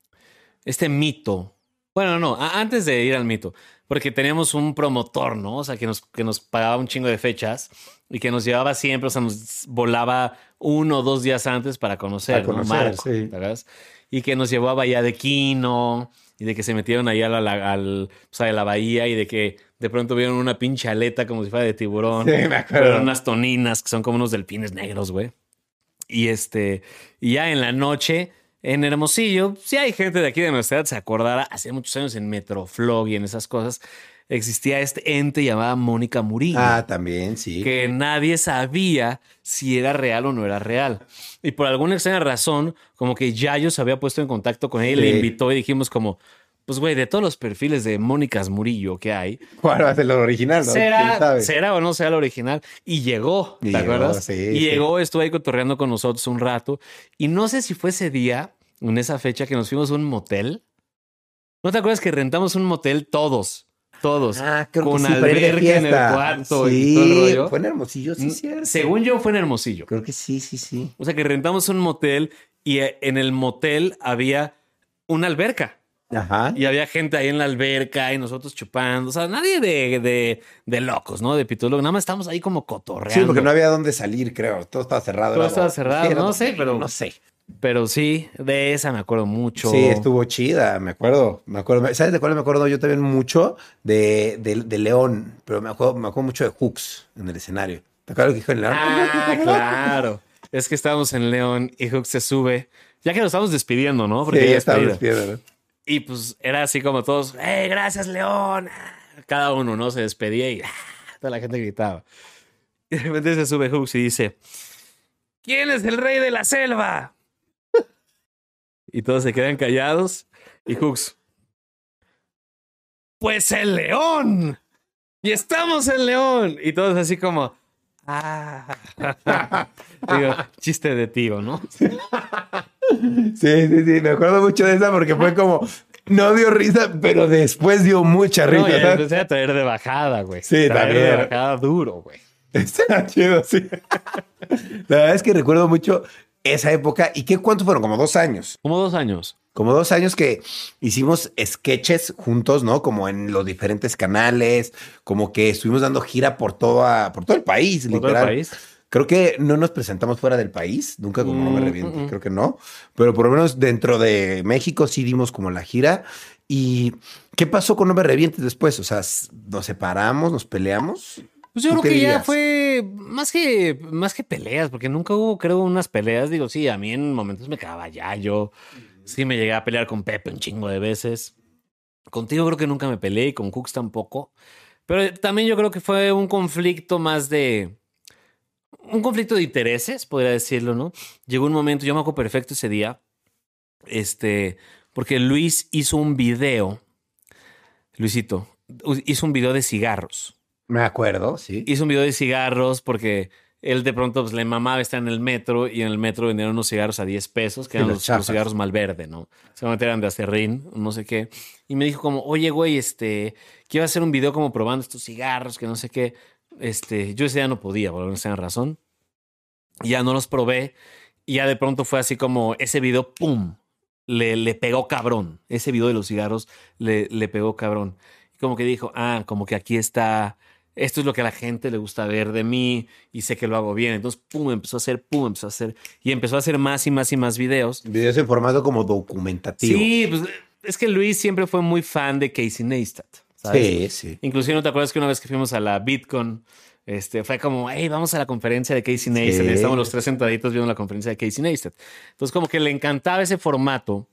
mito. Bueno, no, antes de ir al mito. Porque teníamos un promotor, ¿no? O sea, que nos pagaba un chingo de fechas y que nos llevaba siempre, o sea, nos volaba 1 o 2 días antes para conocer, ¿no? Marco, sí. ¿sabes? Y que nos llevó a Bahía de Quino y de que se metieron ahí a la bahía y de que de pronto vieron una pinche aleta como si fuera de tiburón. Sí, me acuerdo. Pero unas toninas que son como unos delfines negros, güey. Y ya en la noche en Hermosillo, sí hay gente de aquí de nuestra edad, se acordará, hace muchos años en Metroflog y en esas cosas, existía este ente llamado Mónica Murillo. Ah, también, sí. Que nadie sabía si era real o no era real. Y por alguna extraña razón, como que Yayo se había puesto en contacto con él, le invitó y dijimos como, pues güey, de todos los perfiles de Mónicas Murillo que hay, ¿cuál va a ser lo original? ¿No? ¿Será o no será lo original? Y llegó, ¿te acuerdas? Sí, y llegó, estuvo ahí cotorreando con nosotros un rato. Y no sé si fue ese día, en esa fecha, que nos fuimos a un motel. ¿No te acuerdas que rentamos un motel todos? todos. Creo con que sí, para ir de alberca en el fiesta. cuarto Sí, y todo el rollo. fue en Hermosillo, sí, cierto. Según yo, fue en Hermosillo. Creo que sí. O sea, que rentamos un motel y en el motel había una alberca. Ajá. Y había gente ahí en la alberca y nosotros chupando. O sea, nadie de locos, ¿no? De pitólogos. Nada más estábamos ahí como cotorreando. Sí, porque no había dónde salir, creo. Todo estaba cerrado. Todo estaba cerrado, Sí, no sé, pero... No sé. Pero sí, de esa me acuerdo mucho. Sí, estuvo chida, me acuerdo. ¿Sabes de cuál me acuerdo? Yo también mucho de León, pero me acuerdo mucho de Hooks en el escenario. ¿Te acuerdas lo que dijo en León? Ah, claro. Es que estábamos en León y Hook se sube. Ya que nos estamos despidiendo, ¿no? Porque Sí, ya estaba despedida. despidiendo, ¿no? Y pues era así como todos, ¡hey, gracias, León! Cada uno, ¿no? Se despedía y toda la gente gritaba. Y de repente se sube Hooks y dice, ¿quién es el rey de la selva? Y todos se quedan callados. Y Hooks, pues el león. Y estamos en León. Y todos así como, Digo, chiste de tío, ¿no? Sí, me acuerdo mucho de esa porque fue como, no dio risa, pero después dio mucha risa. No, ya ¿sabes? empecé a traer de bajada, güey. Sí, traer también. de bajada duro, güey. Está chido, sí. La verdad es que recuerdo mucho esa época. ¿Y cuánto fueron? Como 2 años. Como 2 años. Como 2 años que hicimos sketches juntos, ¿no? Como en los diferentes canales, como que estuvimos dando gira por todo el país, ¿Por todo literal. el país? Creo que no nos presentamos fuera del país, nunca como No Me Reviente, creo que no. Pero por lo menos dentro de México sí dimos como la gira. ¿Y qué pasó con No Me Revientes después? O sea, ¿nos separamos, nos peleamos? Pues yo ¿Tú creo qué que ya dirías? fue más que peleas, porque nunca hubo, creo, unas peleas. Digo, sí, a mí en momentos me cagaba ya. Yo sí me llegué a pelear con Pepe un chingo de veces. Contigo creo que nunca me peleé y con Cooks tampoco. Pero también yo creo que fue un conflicto más de... Un conflicto de intereses, podría decirlo, ¿no? Llegó un momento, yo me acuerdo perfecto ese día, porque Luis hizo un video, Luisito, hizo un video de cigarros. Me acuerdo, sí. Hizo un video de cigarros porque él de pronto pues, le mamaba estar en el metro y en el metro vendieron unos cigarros a 10 pesos, que eran los los chafas. cigarros Malverde, ¿no? Seguramente eran de acerrín, no sé qué. Y me dijo como, oye, güey, quiero hacer un video como probando estos cigarros, que no sé qué. Yo ese día no podía, por alguna extraña razón. Y ya no los probé. Y ya de pronto fue así como ese video, ¡pum! Le pegó cabrón. Ese video de los cigarros le pegó cabrón. Y como que dijo, como que aquí está... Esto es lo que a la gente le gusta ver de mí y sé que lo hago bien. Entonces, empezó a hacer. Y empezó a hacer más y más y más videos. Videos en formato como documentativo. Sí, pues es que Luis siempre fue muy fan de Casey Neistat, ¿sabes? Sí. Inclusive, ¿no te acuerdas que una vez que fuimos a la VidCon, fue como, hey, vamos a la conferencia de Casey Neistat? Sí. Y estábamos los 3 sentaditos viendo la conferencia de Casey Neistat. Entonces, como que le encantaba ese formato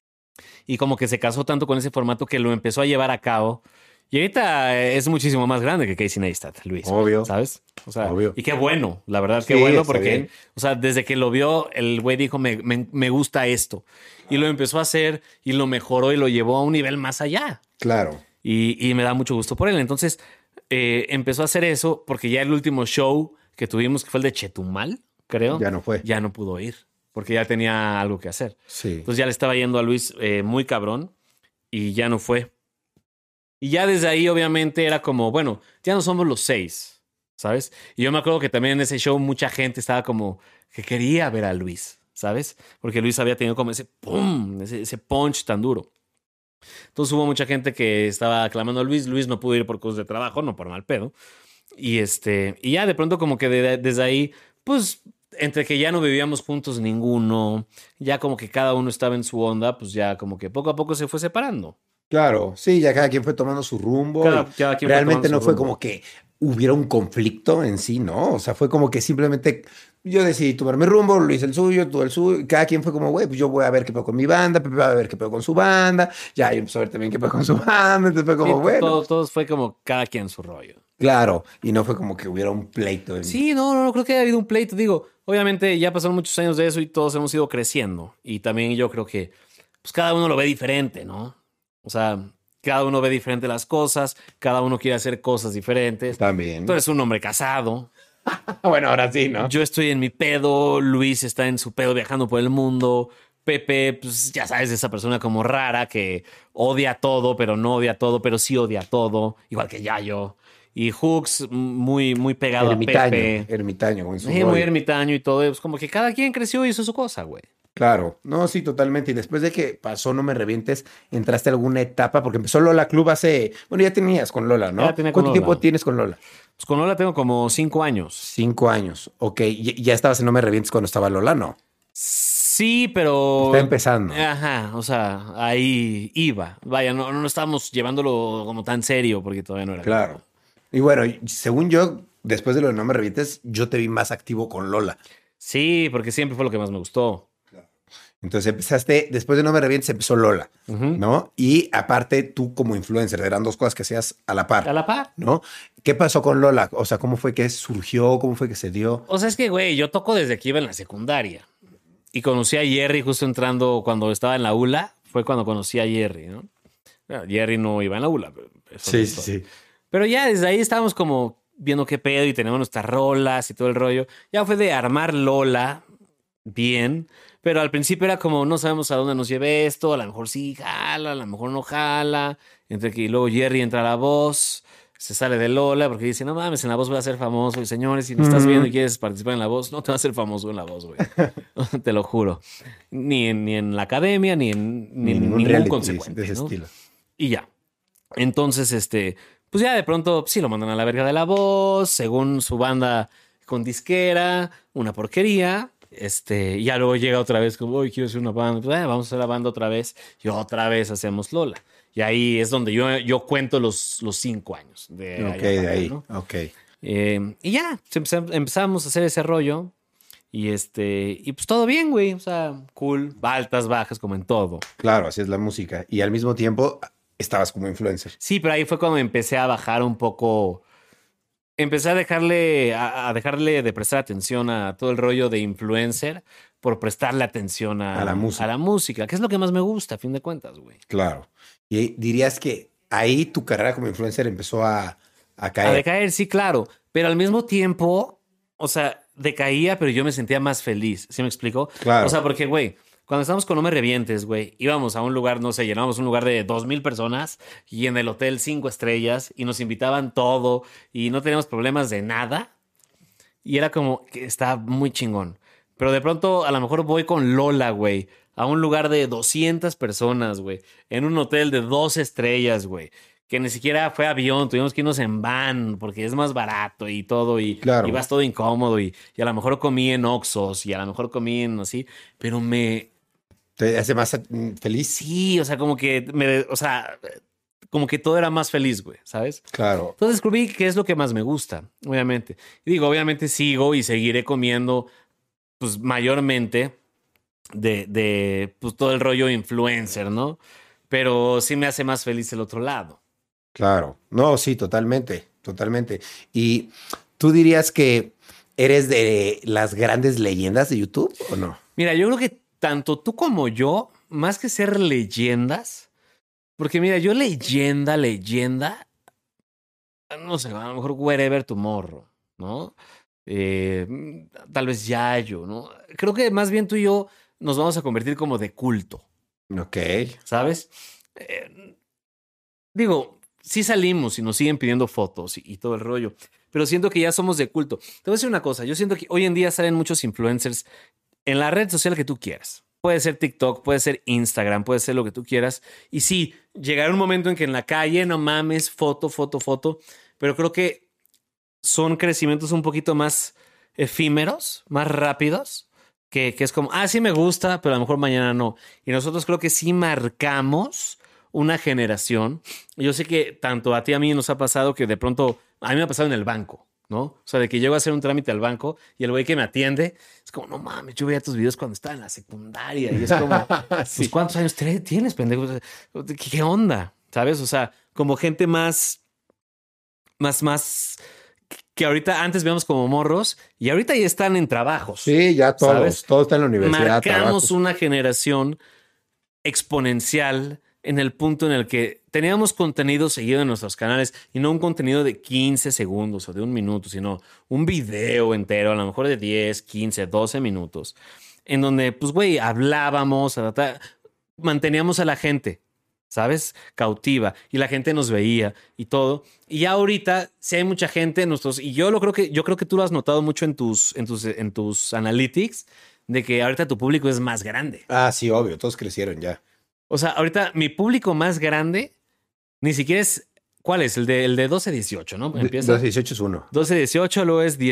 y como que se casó tanto con ese formato que lo empezó a llevar a cabo. Y ahorita es muchísimo más grande que Casey Neistat, Luis. Obvio. ¿Sabes? O sea, Obvio. y qué bueno, la verdad, Sí, qué bueno, está porque, bien. o sea, desde que lo vio, el güey dijo, me gusta esto. Y lo empezó a hacer y lo mejoró y lo llevó a un nivel más allá. Claro. Y me da mucho gusto por él. Entonces, empezó a hacer eso porque ya el último show que tuvimos, que fue el de Chetumal, creo. Ya no fue. Ya no pudo ir porque ya tenía algo que hacer. Sí. Entonces ya le estaba yendo a Luis muy cabrón y ya no fue. Y ya desde ahí, obviamente, era como, bueno, ya no somos los 6, ¿sabes? Y yo me acuerdo que también en ese show mucha gente estaba como que quería ver a Luis, ¿sabes? Porque Luis había tenido como ese pum, ese punch tan duro. Entonces hubo mucha gente que estaba aclamando a Luis. Luis no pudo ir por cosas de trabajo, no por mal pedo. Y ya de pronto como que desde ahí, pues entre que ya no vivíamos juntos ninguno, ya como que cada uno estaba en su onda, pues ya como que poco a poco se fue separando. Claro, sí, ya cada quien fue tomando su rumbo. Cada Y quien fue realmente tomando no su fue rumbo. como que hubiera un conflicto en sí, ¿no? O sea, fue como que simplemente yo decidí tomar mi rumbo, Luis el suyo, tú el suyo. Y cada quien fue como, güey, pues yo voy a ver qué pedo con mi banda, Pepe va a ver qué pedo con su banda. Ya, yo empecé a ver también qué pedo con su banda. Entonces fue como, Sí, bueno. todos fue como cada quien su rollo. Claro, y no fue como que hubiera un pleito. Sí, no, creo que haya habido un pleito. Digo, obviamente ya pasaron muchos años de eso y todos hemos ido creciendo. Y también yo creo que pues cada uno lo ve diferente, ¿no? O sea, cada uno ve diferente las cosas, cada uno quiere hacer cosas diferentes. También. Tú eres un hombre casado. Bueno, ahora sí, ¿no? Yo estoy en mi pedo, Luis está en su pedo viajando por el mundo, Pepe, pues ya sabes, esa persona como rara que odia todo, pero no odia todo, pero sí odia todo, igual que Yayo. Y Hooks, muy pegado a Pepe. Ermitaño, con su Sí, muy rollo. ermitaño y todo. Es como que cada quien creció y hizo su cosa, güey. Claro, no, sí, totalmente. Y después de que pasó No Me Revientes, ¿entraste a alguna etapa? Porque empezó Lola Club hace... Bueno, ya tenías con Lola, ¿no? Ya tenía con ¿Cuánto Lola. tiempo tienes con Lola? Pues con Lola tengo como 5 años. 5 años. Ok, ya estabas en No Me Revientes cuando estaba Lola, ¿no? Sí, pero... Está empezando. Ajá, o sea, ahí iba. Vaya, no estábamos llevándolo como tan serio porque todavía no era. Claro. Y bueno, según yo, después de lo de No Me Revientes, yo te vi más activo con Lola. Sí, porque siempre fue lo que más me gustó. Entonces empezaste, después de No Me Revientes, empezó Lola, Ujú. ¿no? Y aparte, tú como influencer, eran 2 cosas que hacías a la par. A la par. ¿No? ¿Qué pasó con Lola? O sea, ¿cómo fue que surgió? ¿Cómo fue que se dio? O sea, es que, güey, yo toco desde que iba en la secundaria. Y conocí a Jerry justo entrando cuando estaba en la ULA. Fue cuando conocí a Jerry, ¿no? Bueno, Jerry no iba en la ULA. Pero es otra historia. Pero ya desde ahí estábamos como viendo qué pedo y tenemos nuestras rolas y todo el rollo. Ya fue de armar Lola bien. Pero al principio era como, no sabemos a dónde nos lleve esto. A lo mejor sí jala, a lo mejor no jala. Entre que y luego Jerry entra a la voz. Se sale de Lola porque dice, no mames, en la voz voy a ser famoso. Y señores, si me estás viendo y quieres participar en la voz, no te vas a ser famoso en la voz, güey. Te lo juro. Ni en la academia, ni en ningún reality consecuente. de ese ¿no? estilo. Y ya. Entonces, pues ya de pronto sí lo mandan a la verga de la voz, según su banda con disquera, una porquería. Y ya luego llega otra vez como, hoy quiero hacer una banda. Pues, vamos a hacer la banda otra vez. Y otra vez hacemos Lola. Y ahí es donde yo cuento los 5 años. De Ok, allá de para ahí. acá, ¿no? Ok. Y ya, empezamos a hacer ese rollo. Y pues todo bien, güey. O sea, cool. Altas, bajas, como en todo. Claro, así es la música. Y al mismo tiempo, estabas como influencer. Sí, pero ahí fue cuando empecé a bajar un poco. Empecé a dejarle de prestar atención a todo el rollo de influencer por prestarle atención A la música. a la música, que es lo que más me gusta, a fin de cuentas, güey. Claro. Y dirías que ahí tu carrera como influencer empezó a A caer. decaer, sí, claro. Pero al mismo tiempo, o sea, decaía, pero yo me sentía más feliz. ¿Sí me explico? Claro. O sea, porque, güey, cuando estábamos con No Me Revientes, güey, íbamos a un lugar, no sé, llenábamos un lugar de 2,000 personas y en el hotel 5 estrellas y nos invitaban todo y no teníamos problemas de nada. Y era como que está muy chingón. Pero de pronto, a lo mejor voy con Lola, güey, a un lugar de 200 personas, güey, en un hotel de 2 estrellas, güey, que ni siquiera fue avión, tuvimos que irnos en van porque es más barato y todo, y, Claro. y vas todo incómodo, y a lo mejor comí en Oxxos, y a lo mejor comí en así, pero ¿Te hace más feliz? sí, o sea, como que todo era más feliz, güey, ¿sabes? Claro. Entonces descubrí qué es lo que más me gusta, obviamente. Y digo, obviamente sigo y seguiré comiendo, pues mayormente de pues, todo el rollo influencer, ¿no? Pero sí me hace más feliz el otro lado. Claro. No, sí, totalmente. Totalmente. ¿Y tú dirías que eres de las grandes leyendas de YouTube o no? Mira, yo creo que tanto tú como yo, más que ser leyendas, porque mira, yo leyenda, no sé, a lo mejor Wherever Tomorrow, ¿no? Tal vez Yayo, ¿no? Creo que más bien tú y yo nos vamos a convertir como de culto, Ok. ¿sabes? Digo, sí salimos y nos siguen pidiendo fotos y todo el rollo, pero siento que ya somos de culto. Te voy a decir una cosa, yo siento que hoy en día salen muchos influencers en la red social que tú quieras. Puede ser TikTok, puede ser Instagram, puede ser lo que tú quieras. Y sí, llegará un momento en que en la calle, no mames, foto, pero creo que son crecimientos un poquito más efímeros, más rápidos, que es como, sí me gusta, pero a lo mejor mañana no. Y nosotros creo que sí marcamos una generación. Yo sé que tanto a ti y a mí nos ha pasado que de pronto, a mí me ha pasado en el banco, ¿no? O sea, de que llego a hacer un trámite al banco y el güey que me atiende es como, no mames, yo veía tus videos cuando estaba en la secundaria. Y es como, pues, ¿cuántos años tienes, pendejo? ¿Qué onda? ¿Sabes? O sea, como gente más que ahorita antes veíamos como morros y ahorita ya están en trabajos. Sí, ya todos. ¿Sabes? Todos están en la universidad. Marcamos trabajos. una generación exponencial en el punto en el que teníamos contenido seguido en nuestros canales y no un contenido de 15 segundos o de 1 minuto, sino un video entero, a lo mejor de 10, 15, 12 minutos. en donde, pues, güey, hablábamos, manteníamos a la gente, ¿sabes? Cautiva. Y la gente nos veía y todo. Y ya ahorita, sí hay mucha gente, y yo creo que tú lo has notado mucho en tus analytics, de que ahorita tu público es más grande. Ah, sí, obvio, todos crecieron ya. O sea, ahorita mi público más grande ni siquiera es. ¿Cuál es? El de 12-18, ¿no? Empieza. 12-18 es uno. 12-18, luego es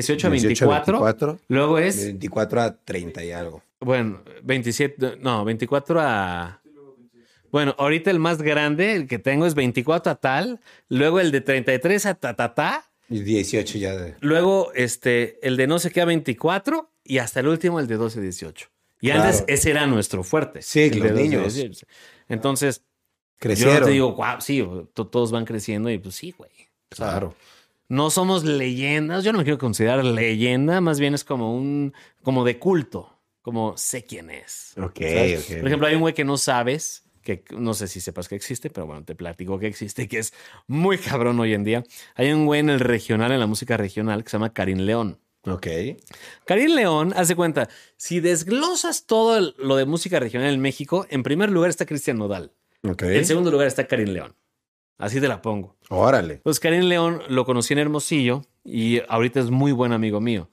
18-24. Luego es. 24 a 30 y algo. Bueno, 27. No, 24 a. Bueno, ahorita el más grande, el que tengo es 24 a tal. Luego el de 33 a ta. Y 18 ya de. Luego el de no sé qué a 24. Y hasta el último, el de 12-18. Y Claro. antes ese era nuestro fuerte. Sí, el los de 12, niños. 18. Entonces, Crecieron. yo no te digo, wow, sí, todos van creciendo y pues sí, güey. O sea, Claro. no somos leyendas. Yo no me quiero considerar leyenda. Más bien es como de culto. Como sé quién es. Ok, ¿Sabes? ok. Por ejemplo, hay un güey que no sabes, que no sé si sepas que existe, pero bueno, te platico que existe, que es muy cabrón hoy en día. Hay un güey en el regional, en la música regional, que se llama Karim León. Ok. Karim León, haz de cuenta, si desglosas todo lo de música regional en México, en primer lugar está Cristian Nodal. Ok. En segundo lugar está Karim León. Así te la pongo. Órale. Pues Karim León lo conocí en Hermosillo y ahorita es muy buen amigo mío.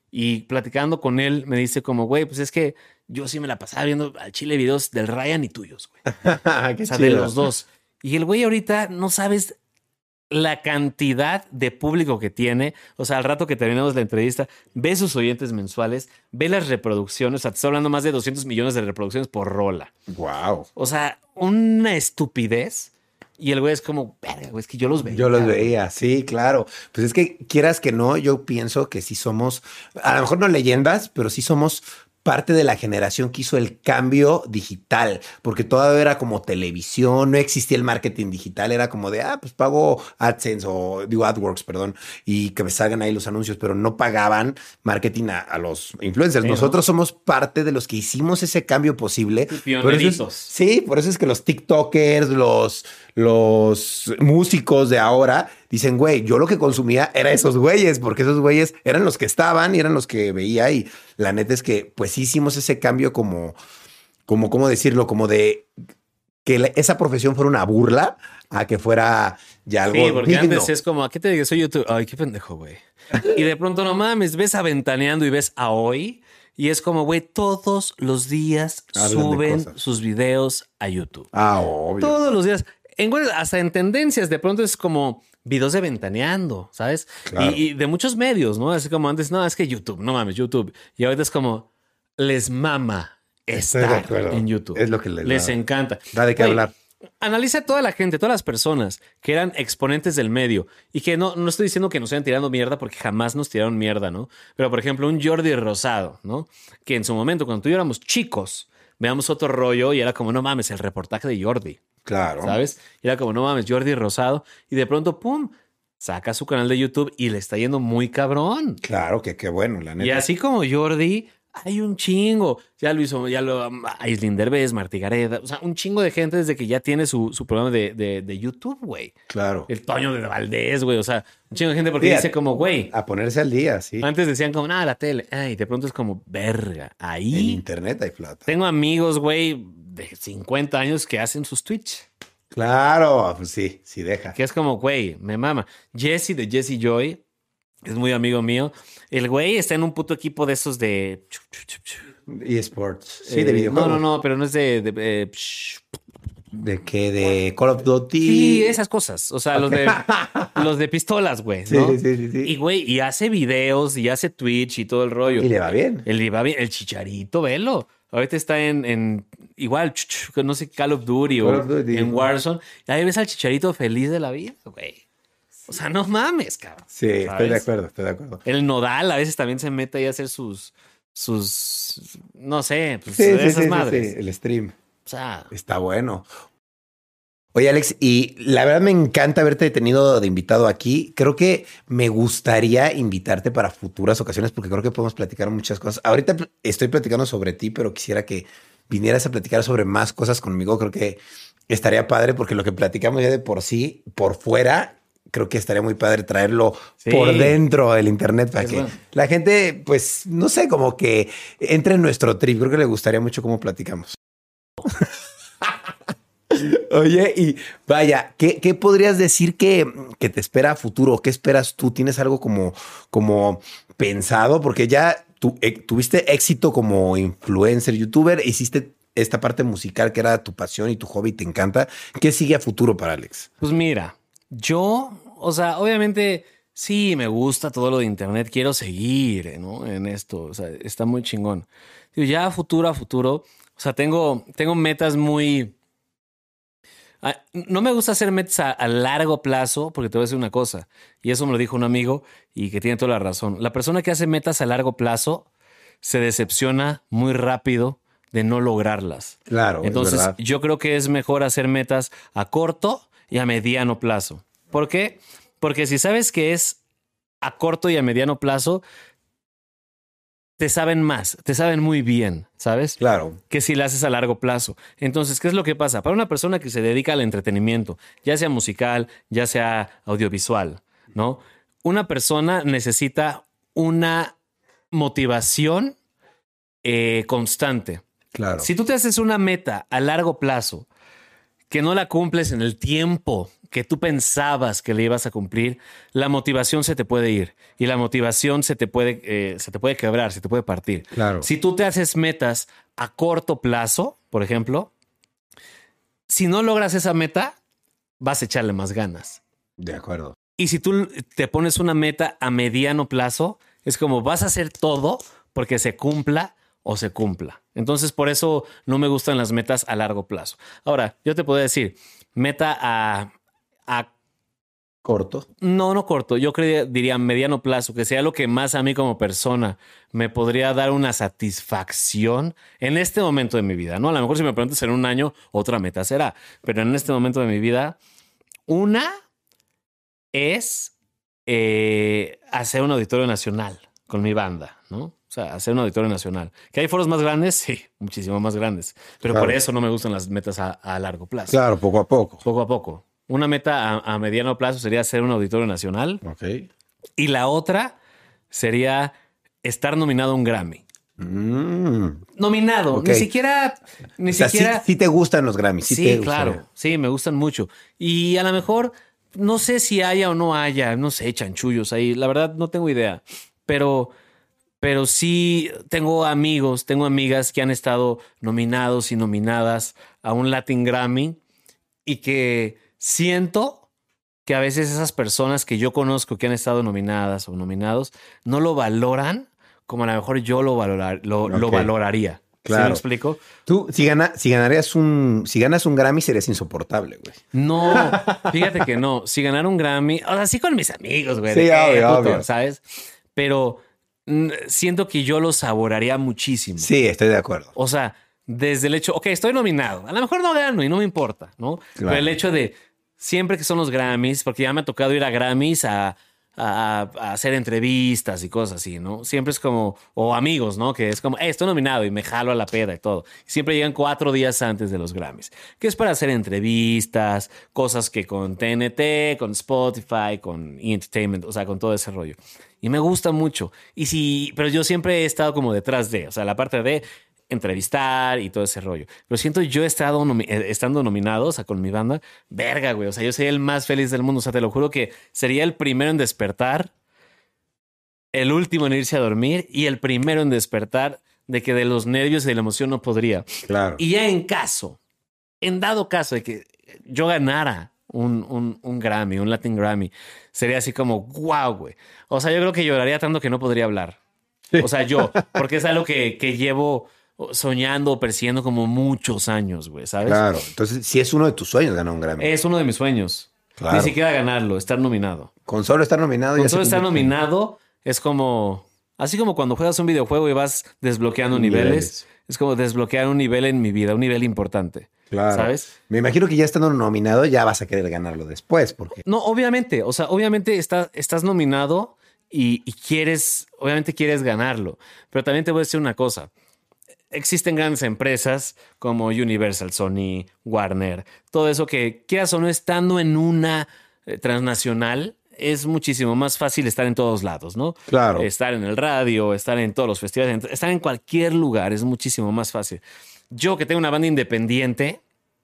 Y platicando con él me dice como, güey, pues es que yo sí me la pasaba viendo al chile videos del Ryan y tuyos, güey. Qué O sea, chido. de los dos. Y el güey ahorita no sabes la cantidad de público que tiene. O sea, al rato que terminamos la entrevista, ve sus oyentes mensuales, ve las reproducciones. O sea, te estoy hablando más de 200 millones de reproducciones por rola. Wow. O sea, una estupidez. Y el güey es como, verga, güey, es que yo los veía. Yo los veía, sí, claro. Pues es que quieras que no, yo pienso que sí somos, a lo mejor no leyendas, pero sí somos parte de la generación que hizo el cambio digital, porque todavía era como televisión, no existía el marketing digital, era como de, pues pago AdSense o digo AdWorks, perdón, y que me salgan ahí los anuncios, pero no pagaban marketing a los influencers. Sí, ¿no? Nosotros somos parte de los que hicimos ese cambio posible. Pioneritos. Sí, por eso es que los TikTokers, los músicos de ahora dicen, güey, yo lo que consumía era esos güeyes, porque esos güeyes eran los que estaban y eran los que veía. Y la neta es que, pues sí hicimos ese cambio ¿cómo decirlo? Como de que esa profesión fuera una burla a que fuera ya algo Sí, porque digno. antes es como, ¿a qué te digo? Soy YouTube. Ay, qué pendejo, güey. Y de pronto, no mames, ves Aventaneando y ves a Hoy. Y es como, güey, todos los días Hablan de suben cosas. sus videos a YouTube. Ah, obvio. Todos los días. Hasta en tendencias, de pronto es como videos de Ventaneando, ¿sabes? Claro. Y de muchos medios, ¿no? Así como antes, no, es que YouTube, no mames, YouTube. Y ahorita es como, les mama Estoy de estar acuerdo. en YouTube. Es lo que les da. encanta. Da de qué Güey, hablar. Analiza a toda la gente, todas las personas que eran exponentes del medio y que no estoy diciendo que nos hayan tirando mierda porque jamás nos tiraron mierda, ¿no? Pero, por ejemplo, un Jordi Rosado, ¿no? Que en su momento, cuando tú y yo éramos chicos, veamos otro rollo y era como, no mames, el reportaje de Jordi, Claro. ¿sabes? Y era como, no mames, Jordi Rosado. Y de pronto, ¡pum! Saca su canal de YouTube y le está yendo muy cabrón. Claro, que qué bueno, la neta. Y así como Jordi, hay un chingo. Ya lo hizo, Aislinn Derbez, Martí Gareda, o sea, un chingo de gente desde que ya tiene su programa de YouTube, güey. Claro. El Toño de Valdés, güey. O sea, un chingo de gente porque Fíjate. dice como, güey. A ponerse al día, sí. Antes decían como, nada, la tele. Ay, de pronto es como, verga. En Ahí internet hay plata. tengo amigos, güey, de 50 años que hacen sus Twitch. Claro, pues sí, sí deja. Que es como, güey, me mama. Jesse de Jesse Joy es muy amigo mío. El güey está en un puto equipo de esos de... eSports. Sí, de videojuegos. No, pero no es de ¿De qué? ¿De Call of Duty? sí, esas cosas. O sea, los de pistolas, güey, Sí, ¿no? sí. Y, güey, y hace videos y hace Twitch y todo el rollo. Y le va bien. Le va bien. El Chicharito, velo. Ahorita está en igual, no sé, Call of Duty Call o of Duty. en Warzone. Y ahí ves al Chicharito feliz de la vida, güey. O sea, no mames, cabrón. Sí, estoy ¿Sabes? de acuerdo, estoy de acuerdo. El Nodal a veces también se mete ahí a hacer sus no sé, pues Sí, esas madres. sí, el stream. O sea, Está bueno. Oye, Alex, y la verdad me encanta haberte tenido de invitado aquí. Creo que me gustaría invitarte para futuras ocasiones porque creo que podemos platicar muchas cosas. Ahorita estoy platicando sobre ti, pero quisiera que vinieras a platicar sobre más cosas conmigo. Creo que estaría padre porque lo que platicamos ya de por sí, por fuera, creo que estaría muy padre traerlo Sí. por dentro del internet para Es que bueno. la gente, pues, no sé, como que entre en nuestro trip. Creo que le gustaría mucho cómo platicamos. Oye, y vaya, ¿qué podrías decir que te espera a futuro? ¿Qué esperas tú? ¿Tienes algo como pensado? Porque ya tuviste éxito como influencer, youtuber, hiciste esta parte musical que era tu pasión y tu hobby, te encanta. ¿Qué sigue a futuro para Alex? Pues mira, yo, o sea, obviamente sí me gusta todo lo de internet, quiero seguir, ¿no? En esto, o sea, está muy chingón. Digo, ya a futuro, o sea, tengo metas muy... No me gusta hacer metas a largo plazo porque te voy a decir una cosa, y eso me lo dijo un amigo y que tiene toda la razón. La persona que hace metas a largo plazo se decepciona muy rápido de no lograrlas. Claro, Entonces, es verdad. yo creo que es mejor hacer metas a corto y a mediano plazo. ¿Por qué? Porque si sabes que es a corto y a mediano plazo, te saben más, te saben muy bien, ¿sabes? Claro. Que si la haces a largo plazo. Entonces, ¿qué es lo que pasa? Para una persona que se dedica al entretenimiento, ya sea musical, ya sea audiovisual, ¿no? Una persona necesita una motivación constante. Claro. Si tú te haces una meta a largo plazo que no la cumples en el tiempo que tú pensabas que le ibas a cumplir, la motivación se te puede ir y la motivación se te puede quebrar, se te puede partir. Claro. Si tú te haces metas a corto plazo, por ejemplo, si no logras esa meta, vas a echarle más ganas. De acuerdo. Y si tú te pones una meta a mediano plazo, es como vas a hacer todo porque se cumpla o se cumpla. Entonces, por eso no me gustan las metas a largo plazo. Ahora, yo te puedo decir, meta a Corto. no corto, yo diría mediano plazo, que sea lo que más a mí como persona me podría dar una satisfacción en este momento de mi vida, ¿no? A lo mejor si me preguntas en un año, otra meta será, pero en este momento de mi vida, una es hacer un auditorio nacional con mi banda, ¿no? O sea, hacer un auditorio nacional. ¿Que hay foros más grandes? Sí, muchísimo más grandes. Pero Claro. por eso no me gustan las metas a largo plazo. Claro, poco a poco. Poco a poco. Una meta a mediano plazo sería hacer un auditorio nacional. Ok. Y la otra sería estar nominado a un Grammy. Nominado. Ok. Ni siquiera... O sea, sí te gustan los Grammys. Sí, te claro. gustaría. Sí, me gustan mucho. Y a lo mejor, no sé si haya o no haya, no sé, chanchullos ahí. La verdad, no tengo idea. Pero sí tengo amigos, tengo amigas que han estado nominados y nominadas a un Latin Grammy y que siento que a veces esas personas que yo conozco que han estado nominadas o nominados no lo valoran como a lo mejor yo lo Ok. valoraría. ¿Sí Claro. me explico? Tú, si ganas un Grammy, serías insoportable, güey. No, fíjate que no. Si ganara un Grammy, o sea, sí con mis amigos, güey. Sí, de que, obvio, puto, obvio. ¿sabes? Pero siento que yo lo saborearía muchísimo. Sí, estoy de acuerdo. O sea, desde el hecho, ok, estoy nominado. A lo mejor no gano y no me importa, ¿no? Claro. Pero el hecho de siempre que son los Grammys, porque ya me ha tocado ir a Grammys a hacer entrevistas y cosas así, ¿no? Siempre es como, o amigos, ¿no? Que es como, estoy nominado y me jalo a la peda y todo. Siempre llegan 4 días antes de los Grammys, que es para hacer entrevistas, cosas que con TNT, con Spotify, con Entertainment, o sea, con todo ese rollo. Y me gusta mucho. Pero yo siempre he estado como detrás de, o sea, la parte de entrevistar y todo ese rollo. Pero siento yo he estado estando nominado, o sea, con mi banda, verga, güey. O sea, yo sería el más feliz del mundo. O sea, te lo juro que sería el primero en despertar, el último en irse a dormir y el primero en despertar de que de los nervios y de la emoción no podría. Claro. Y ya en dado caso de que yo ganara un Grammy, un Latin Grammy, sería así como, wow, güey. O sea, yo creo que lloraría tanto que no podría hablar. O sea, porque es algo que llevo soñando o persiguiendo como muchos años, güey, ¿sabes? Claro. Entonces, si es uno de tus sueños ganar un Grammy. Es uno de mis sueños. Claro. Ni siquiera ganarlo, estar nominado. Con solo estar nominado Con ya solo se estar cumple. nominado es como... Así como cuando juegas un videojuego y vas desbloqueando niveles. Es como desbloquear un nivel en mi vida, un nivel importante. Claro. ¿Sabes? Me imagino que ya estando nominado ya vas a querer ganarlo después, porque... No, obviamente. O sea, obviamente estás nominado y obviamente quieres ganarlo. Pero también te voy a decir una cosa. Existen grandes empresas como Universal, Sony, Warner, todo eso que quieras o no estando en una transnacional, es muchísimo más fácil estar en todos lados, ¿no? Claro. Estar en el radio, estar en todos los festivales, estar en cualquier lugar es muchísimo más fácil. Yo que tengo una banda independiente,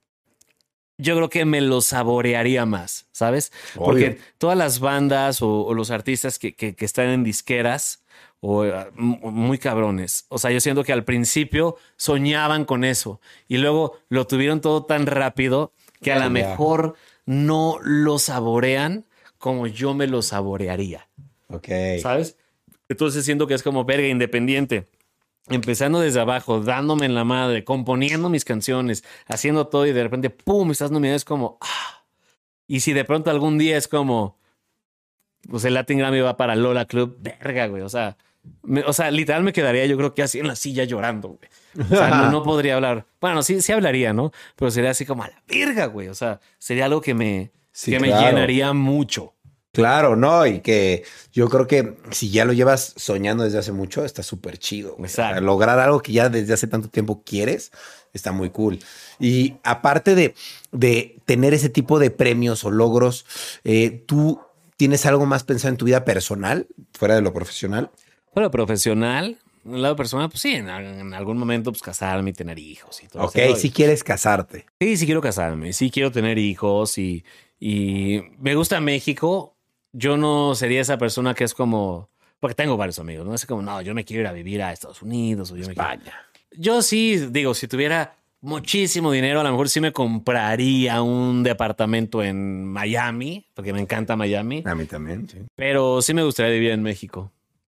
yo creo que me lo saborearía más, ¿sabes? Obvio. Porque todas las bandas o los artistas que están en disqueras o muy cabrones. O sea, yo siento que al principio soñaban con eso y luego lo tuvieron todo tan rápido que a lo mejor no lo saborean como yo me lo saborearía. Ok. ¿Sabes? Entonces siento que es como verga independiente. Empezando desde abajo, dándome en la madre, componiendo mis canciones, haciendo todo y de repente, ¡pum!, estás nominado. Es como, ¡ah! Y si de pronto algún día es como, pues el Latin Grammy va para Lola Club, verga, güey. O sea, literal me quedaría yo creo que así en la silla llorando, güey. O sea, no podría hablar. Bueno, sí hablaría, ¿no? Pero sería así como a la verga, güey. O sea, sería algo que me llenaría mucho. Claro, ¿no? Y que yo creo que si ya lo llevas soñando desde hace mucho, está súper chido. Güey. Exacto. O sea, lograr algo que ya desde hace tanto tiempo quieres, está muy cool. Y aparte de tener ese tipo de premios o logros, ¿tú tienes algo más pensado en tu vida personal, fuera de lo profesional? Bueno, profesional, en el lado personal, pues sí, en algún momento pues casarme y tener hijos y todo Ok, eso. si quieres casarte. Sí quiero casarme, sí quiero tener hijos y me gusta México. Yo no sería esa persona que es como, porque tengo varios amigos, ¿no? Es como, no, yo me quiero ir a vivir a Estados Unidos o yo España. Yo sí, digo, si tuviera muchísimo dinero, a lo mejor sí me compraría un departamento en Miami, porque me encanta Miami. A mí también, sí. Pero sí me gustaría vivir en México.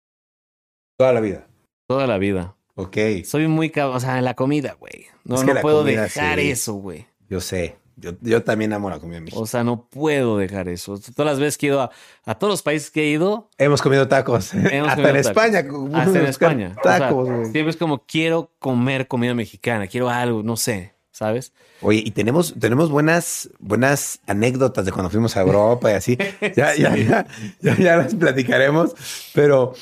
Toda la vida. Toda la vida. Ok. Soy muy, o sea, en la comida, güey. No, Es que no la puedo comida, dejar sí. eso, güey. Yo sé. Yo también amo la comida mexicana. O sea, no puedo dejar eso. Todas las veces que he ido a todos los países que he ido, Hemos comido tacos. Hasta en tacos. España. Hasta en España. Tacos, O sea, güey. siempre es como quiero comer comida mexicana, quiero algo, no sé, ¿sabes? Oye, y tenemos buenas anécdotas de cuando fuimos a Europa y así. Ya las platicaremos. Pero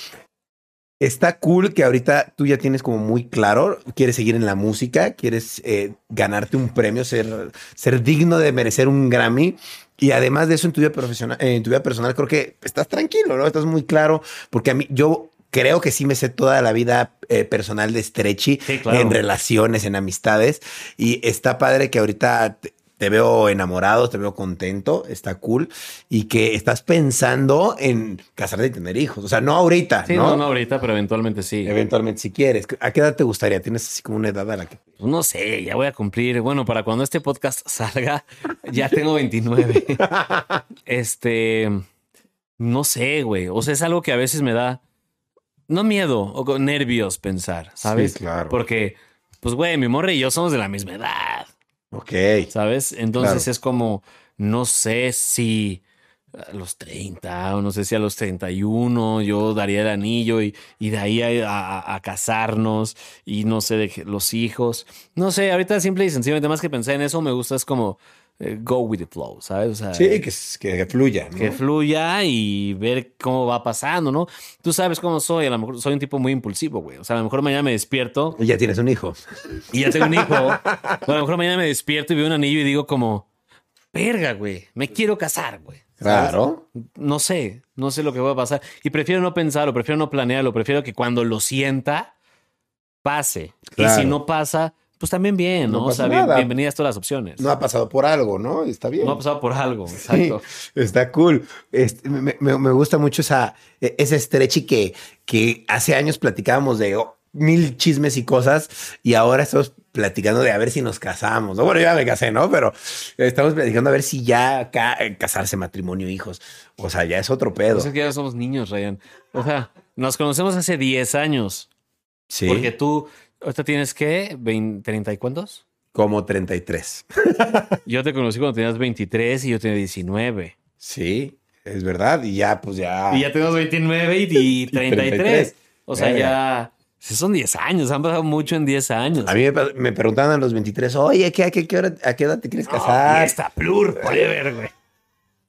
está cool que ahorita tú ya tienes como muy claro, quieres seguir en la música, quieres ganarte un premio, ser digno de merecer un Grammy. Y además de eso, en tu vida personal, creo que estás tranquilo, ¿no? Estás muy claro, porque yo creo que sí me sé toda la vida personal de Stretchy, Sí, claro. En relaciones, en amistades. Y está padre que ahorita te veo enamorado, te veo contento, está cool. Y que estás pensando en casarte y tener hijos. O sea, no ahorita, Sí, ¿no? no ahorita, pero eventualmente sí. Eventualmente, si quieres. ¿A qué edad te gustaría? ¿Tienes así como una edad a la que... Pues no sé, ya voy a cumplir. Bueno, para cuando este podcast salga, ya tengo 29. No sé, güey. O sea, es algo que a veces me da, no miedo, o nervios pensar, ¿sabes? Sí, claro. Porque, pues, güey, mi morra y yo somos de la misma edad, Ok. ¿sabes? Entonces Claro. es como, no sé si a los 30 o no sé si a los 31 yo daría el anillo y de ahí a casarnos y no sé, de los hijos. No sé, ahorita simple y sencillamente más que pensar en eso me gusta es como go with the flow, ¿sabes? O sea, Sí, que fluya, ¿no? que fluya y ver cómo va pasando, ¿no? Tú sabes cómo soy, a lo mejor soy un tipo muy impulsivo, güey. O sea, a lo mejor mañana me despierto Y ya tienes un hijo. y ya tengo un hijo. O a lo mejor mañana me despierto y veo un anillo y digo como, verga, güey, me quiero casar, güey. ¿Sabes? Claro. No sé lo que va a pasar. Y prefiero no pensarlo, prefiero no planearlo, prefiero que cuando lo sienta, pase. Claro. Y si no pasa, pues también bien, ¿no? No O sea, pasa nada. bienvenidas todas las opciones. No ha pasado por algo, ¿no? Está bien. No ha pasado por algo, Sí, exacto. está cool. Me gusta mucho ese Stretchy que hace años platicábamos de 1000 chismes y cosas y ahora estamos platicando de a ver si nos casamos. ¿No? Bueno, yo ya me casé, ¿no? Pero estamos platicando a ver si ya acá casarse, matrimonio, hijos. O sea, ya es otro pedo. Pues es que ya somos niños, Ryan. O sea, nos conocemos hace 10 años. Sí, Porque tú, ahorita tienes, ¿qué? ¿30 y cuántos? como 33. Yo te conocí cuando tenías 23 y yo tenía 19. Sí, es verdad. Y ya, pues ya... Y ya tenemos 29 y 33. O sea, Verga. ya... Son 10 años, han pasado mucho en 10 años. A mí me preguntaban a los 23, oye, ¿a qué edad te quieres casar? Fiesta, plur, forever, güey.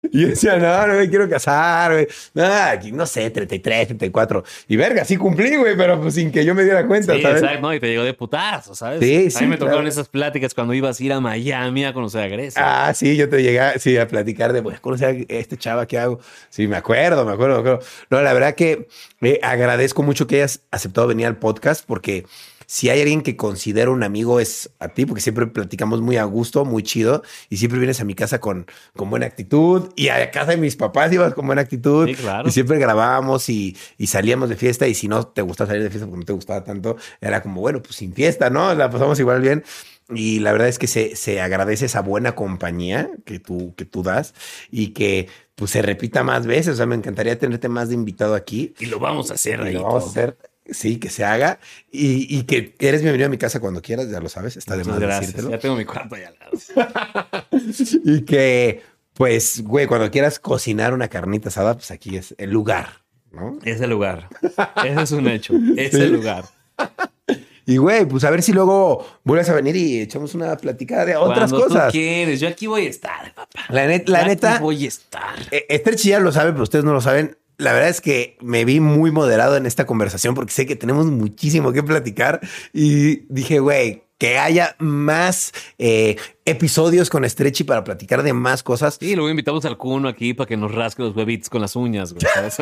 Y yo decía, no me quiero casar, güey. No, aquí, no sé, 33, 34. Y verga, sí cumplí, güey, pero pues sin que yo me diera cuenta, Sí, ¿sabes? exacto, ¿no? Y te llegó de putazo, ¿sabes? Sí, A mí me claro. tocaron esas pláticas cuando ibas a ir a Miami a conocer a Grecia. Ah, sí, yo te llegué sí, a platicar de, pues, conocer a este chava, ¿qué hago? Sí, me acuerdo. No, la verdad que agradezco mucho que hayas aceptado venir al podcast porque si hay alguien que considero un amigo es a ti, porque siempre platicamos muy a gusto, muy chido, y siempre vienes a mi casa con buena actitud, y a casa de mis papás ibas con buena actitud, Sí, claro. y siempre grabábamos y salíamos de fiesta, y si no te gustaba salir de fiesta porque no te gustaba tanto, era como, bueno, pues sin fiesta, ¿no? La pasamos igual bien. Y la verdad es que se agradece esa buena compañía que tú das y que pues se repita más veces. O sea, me encantaría tenerte más de invitado aquí. Y lo vamos a hacer, Y Rayito. lo vamos a hacer, sí, que se haga. Y que eres bienvenido a mi casa cuando quieras, ya lo sabes. Está de Muchas más gracias. decírtelo. Ya tengo mi cuarto allá al lado. Y que, pues, güey, cuando quieras cocinar una carnita asada, pues aquí es el lugar, ¿no? Es el lugar. Ese es un hecho. Es el lugar. Y, güey, pues a ver si luego vuelves a venir y echamos una platicada de otras Cuando cosas. tú quieres. Yo aquí voy a estar, papá. La Yo neta, aquí voy a estar. Estrechi ya lo sabe, pero ustedes no lo saben. La verdad es que me vi muy moderado en esta conversación porque sé que tenemos muchísimo que platicar y dije, güey, que haya más episodios con Stretchy para platicar de más cosas. Sí, luego invitamos al Kuno aquí para que nos rasque los huevitos con las uñas, güey. ¿Sabes?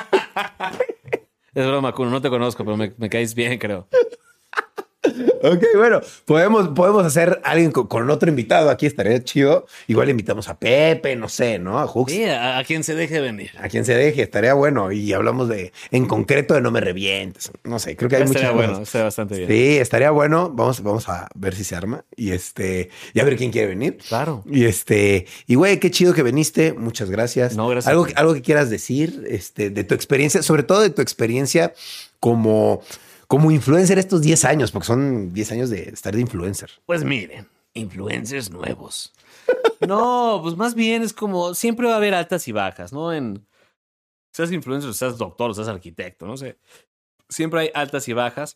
Es broma, Kuno. No te conozco, pero me caes bien, creo. Ok, bueno, podemos hacer alguien con otro invitado aquí, estaría chido. Igual invitamos a Pepe, no sé, ¿no? A Hux. Sí, a quien se deje venir. A quien se deje, estaría bueno. Y hablamos en concreto de No Me Revientes. No sé, creo que hay muchas Estaría cosas. bueno, estaría bastante bien. Sí, estaría bueno. Vamos a ver si se arma. Y a ver quién quiere venir. Claro. Y güey, qué chido que viniste. Muchas gracias. No, gracias Algo, a ti. algo que quieras decir, de tu experiencia, sobre todo de tu experiencia como influencer estos 10 años, porque son 10 años de estar de influencer. Pues miren, influencers nuevos. No, pues más bien es como siempre va a haber altas y bajas, ¿no? Seas influencer, seas doctor, seas arquitecto, no sé. Siempre hay altas y bajas.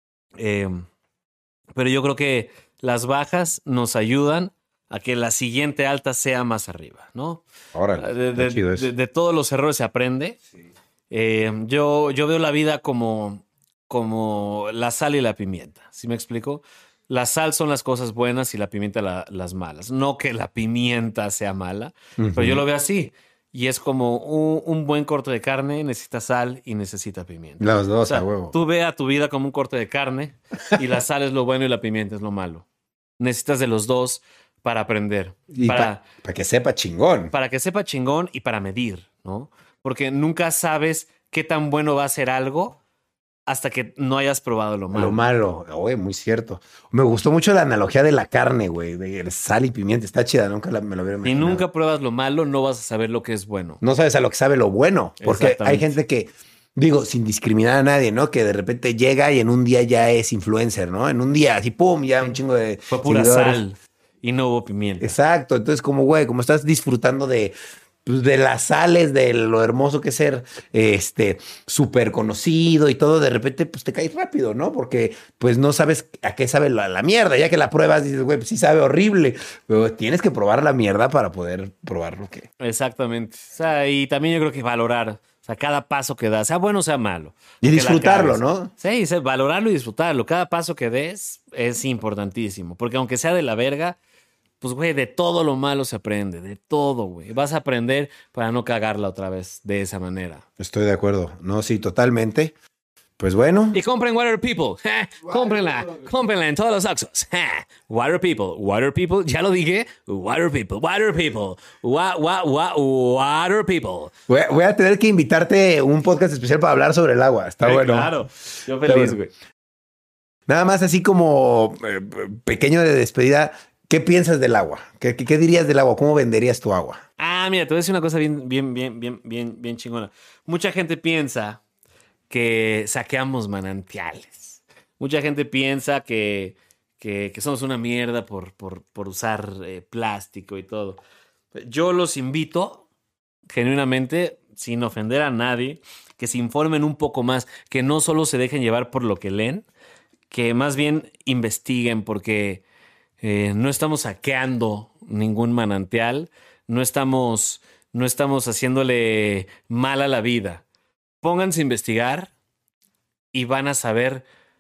Pero yo creo que las bajas nos ayudan a que la siguiente alta sea más arriba, ¿no? Órale, está chido eso. De todos los errores se aprende. Yo veo la vida como la sal y la pimienta. ¿Sí me explico? La sal son las cosas buenas y la pimienta las malas. No que la pimienta sea mala, pero yo lo veo así. Y es como un buen corte de carne necesita sal y necesita pimienta. Los dos, O sea, a huevo. tú ve a tu vida como un corte de carne y la sal es lo bueno y la pimienta es lo malo. Necesitas de los dos para aprender. Y para que sepa chingón. Para que sepa chingón y para medir, ¿no? Porque nunca sabes qué tan bueno va a ser algo hasta que no hayas probado lo malo. Lo malo, güey, muy cierto. Me gustó mucho la analogía de la carne, güey, de sal y pimienta. Está chida, nunca me lo hubiera Si imaginado. nunca pruebas lo malo, no vas a saber lo que es bueno. No sabes a lo que sabe lo bueno, porque Exactamente. hay gente que, digo, sin discriminar a nadie, ¿no? Que de repente llega y en un día ya es influencer, ¿no? En un día, así, pum, ya un chingo de Fue pura seguidores. sal y no hubo pimienta. Exacto, entonces como, güey, como estás disfrutando de las sales, de lo hermoso que es ser súper conocido y todo, de repente pues te caes rápido, ¿no? Porque pues no sabes a qué sabe la mierda, ya que la pruebas dices, güey, pues sí sabe horrible, pero tienes que probar la mierda para poder probar lo que... Exactamente. O sea, y también yo creo que valorar, o sea, cada paso que das, sea bueno o sea malo. Y Que la disfrutarlo, cagues. ¿no? Sí, valorarlo y disfrutarlo. Cada paso que des es importantísimo, porque aunque sea de la verga, pues, güey, de todo lo malo se aprende, de todo, güey. Vas a aprender para no cagarla otra vez de esa manera. Estoy de acuerdo, no, sí, totalmente. Pues bueno. Y compren Water People. Cómprenla en todos los Oxxos. Water People, ya lo dije. Water People. Water People. Voy a tener que invitarte a un podcast especial para hablar sobre el agua. Está bueno. Claro, yo Está feliz, bueno. güey. Nada más así como pequeño de despedida. ¿Qué piensas del agua? ¿Qué dirías del agua? ¿Cómo venderías tu agua? Mira, te voy a decir una cosa bien chingona. Mucha gente piensa que saqueamos manantiales. Mucha gente piensa que somos una mierda por usar plástico y todo. Yo los invito, genuinamente, sin ofender a nadie, que se informen un poco más, que no solo se dejen llevar por lo que leen, que más bien investiguen, porque no estamos saqueando ningún manantial, no estamos no estamos haciéndole mal a la vida. Pónganse a investigar y van a saber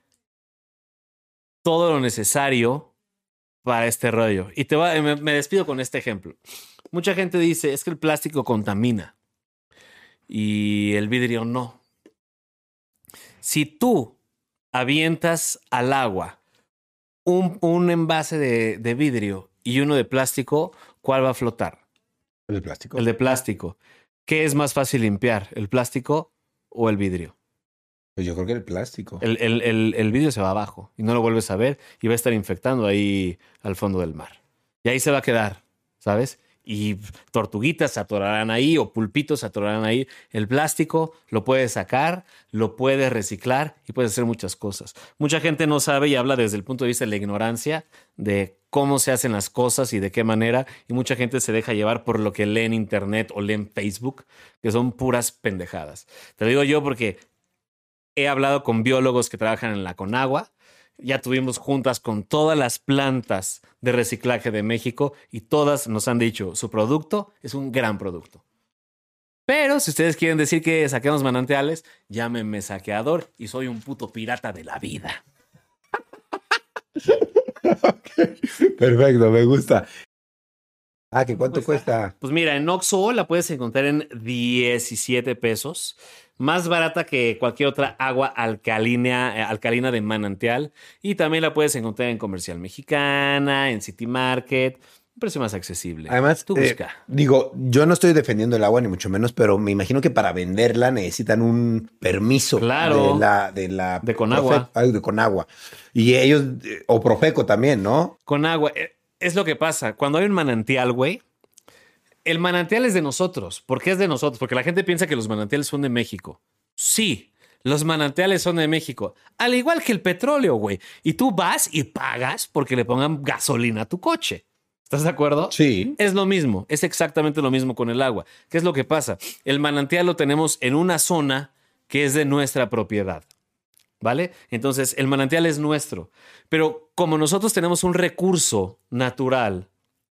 todo lo necesario para este rollo. Y me despido con este ejemplo. Mucha gente dice, es que el plástico contamina y el vidrio no. Si tú avientas al agua un envase de vidrio y uno de plástico, ¿cuál va a flotar? ¿El de plástico? El de plástico. ¿Qué es más fácil limpiar? ¿El plástico o el vidrio? Pues yo creo que el plástico. El vidrio se va abajo y no lo vuelves a ver y va a estar infectando ahí al fondo del mar. Y ahí se va a quedar, ¿sabes? Y tortuguitas se atorarán ahí o pulpitos se atorarán ahí. El plástico lo puedes sacar, lo puedes reciclar y puedes hacer muchas cosas. Mucha gente no sabe y habla desde el punto de vista de la ignorancia de cómo se hacen las cosas y de qué manera. Y mucha gente se deja llevar por lo que lee en internet o lee en Facebook, que son puras pendejadas. Te lo digo yo porque he hablado con biólogos que trabajan en la Conagua. Ya tuvimos juntas con todas las plantas de reciclaje de México y todas nos han dicho, su producto es un gran producto. Pero si ustedes quieren decir que saqueamos manantiales, llámenme saqueador y soy un puto pirata de la vida. Okay. Perfecto, me gusta. ¿Que cuánto cuesta? Pues mira, en Oxxo la puedes encontrar en 17 pesos. Más barata que cualquier otra agua alcalina de manantial. Y también la puedes encontrar en Comercial Mexicana, en City Market. Un precio más accesible. Además, tú busca. Digo, yo no estoy defendiendo el agua ni mucho menos, pero me imagino que para venderla necesitan un permiso. Claro. De Conagua. De Conagua. Y ellos, o Profeco también, ¿no? Conagua. Es lo que pasa. Cuando hay un manantial, güey, el manantial es de nosotros. ¿Por qué es de nosotros? Porque la gente piensa que los manantiales son de México. Sí, los manantiales son de México. Al igual que el petróleo, güey. Y tú vas y pagas porque le pongan gasolina a tu coche. ¿Estás de acuerdo? Sí. Es lo mismo. Es exactamente lo mismo con el agua. ¿Qué es lo que pasa? El manantial lo tenemos en una zona que es de nuestra propiedad. ¿Vale? Entonces, el manantial es nuestro. Pero como nosotros tenemos un recurso natural,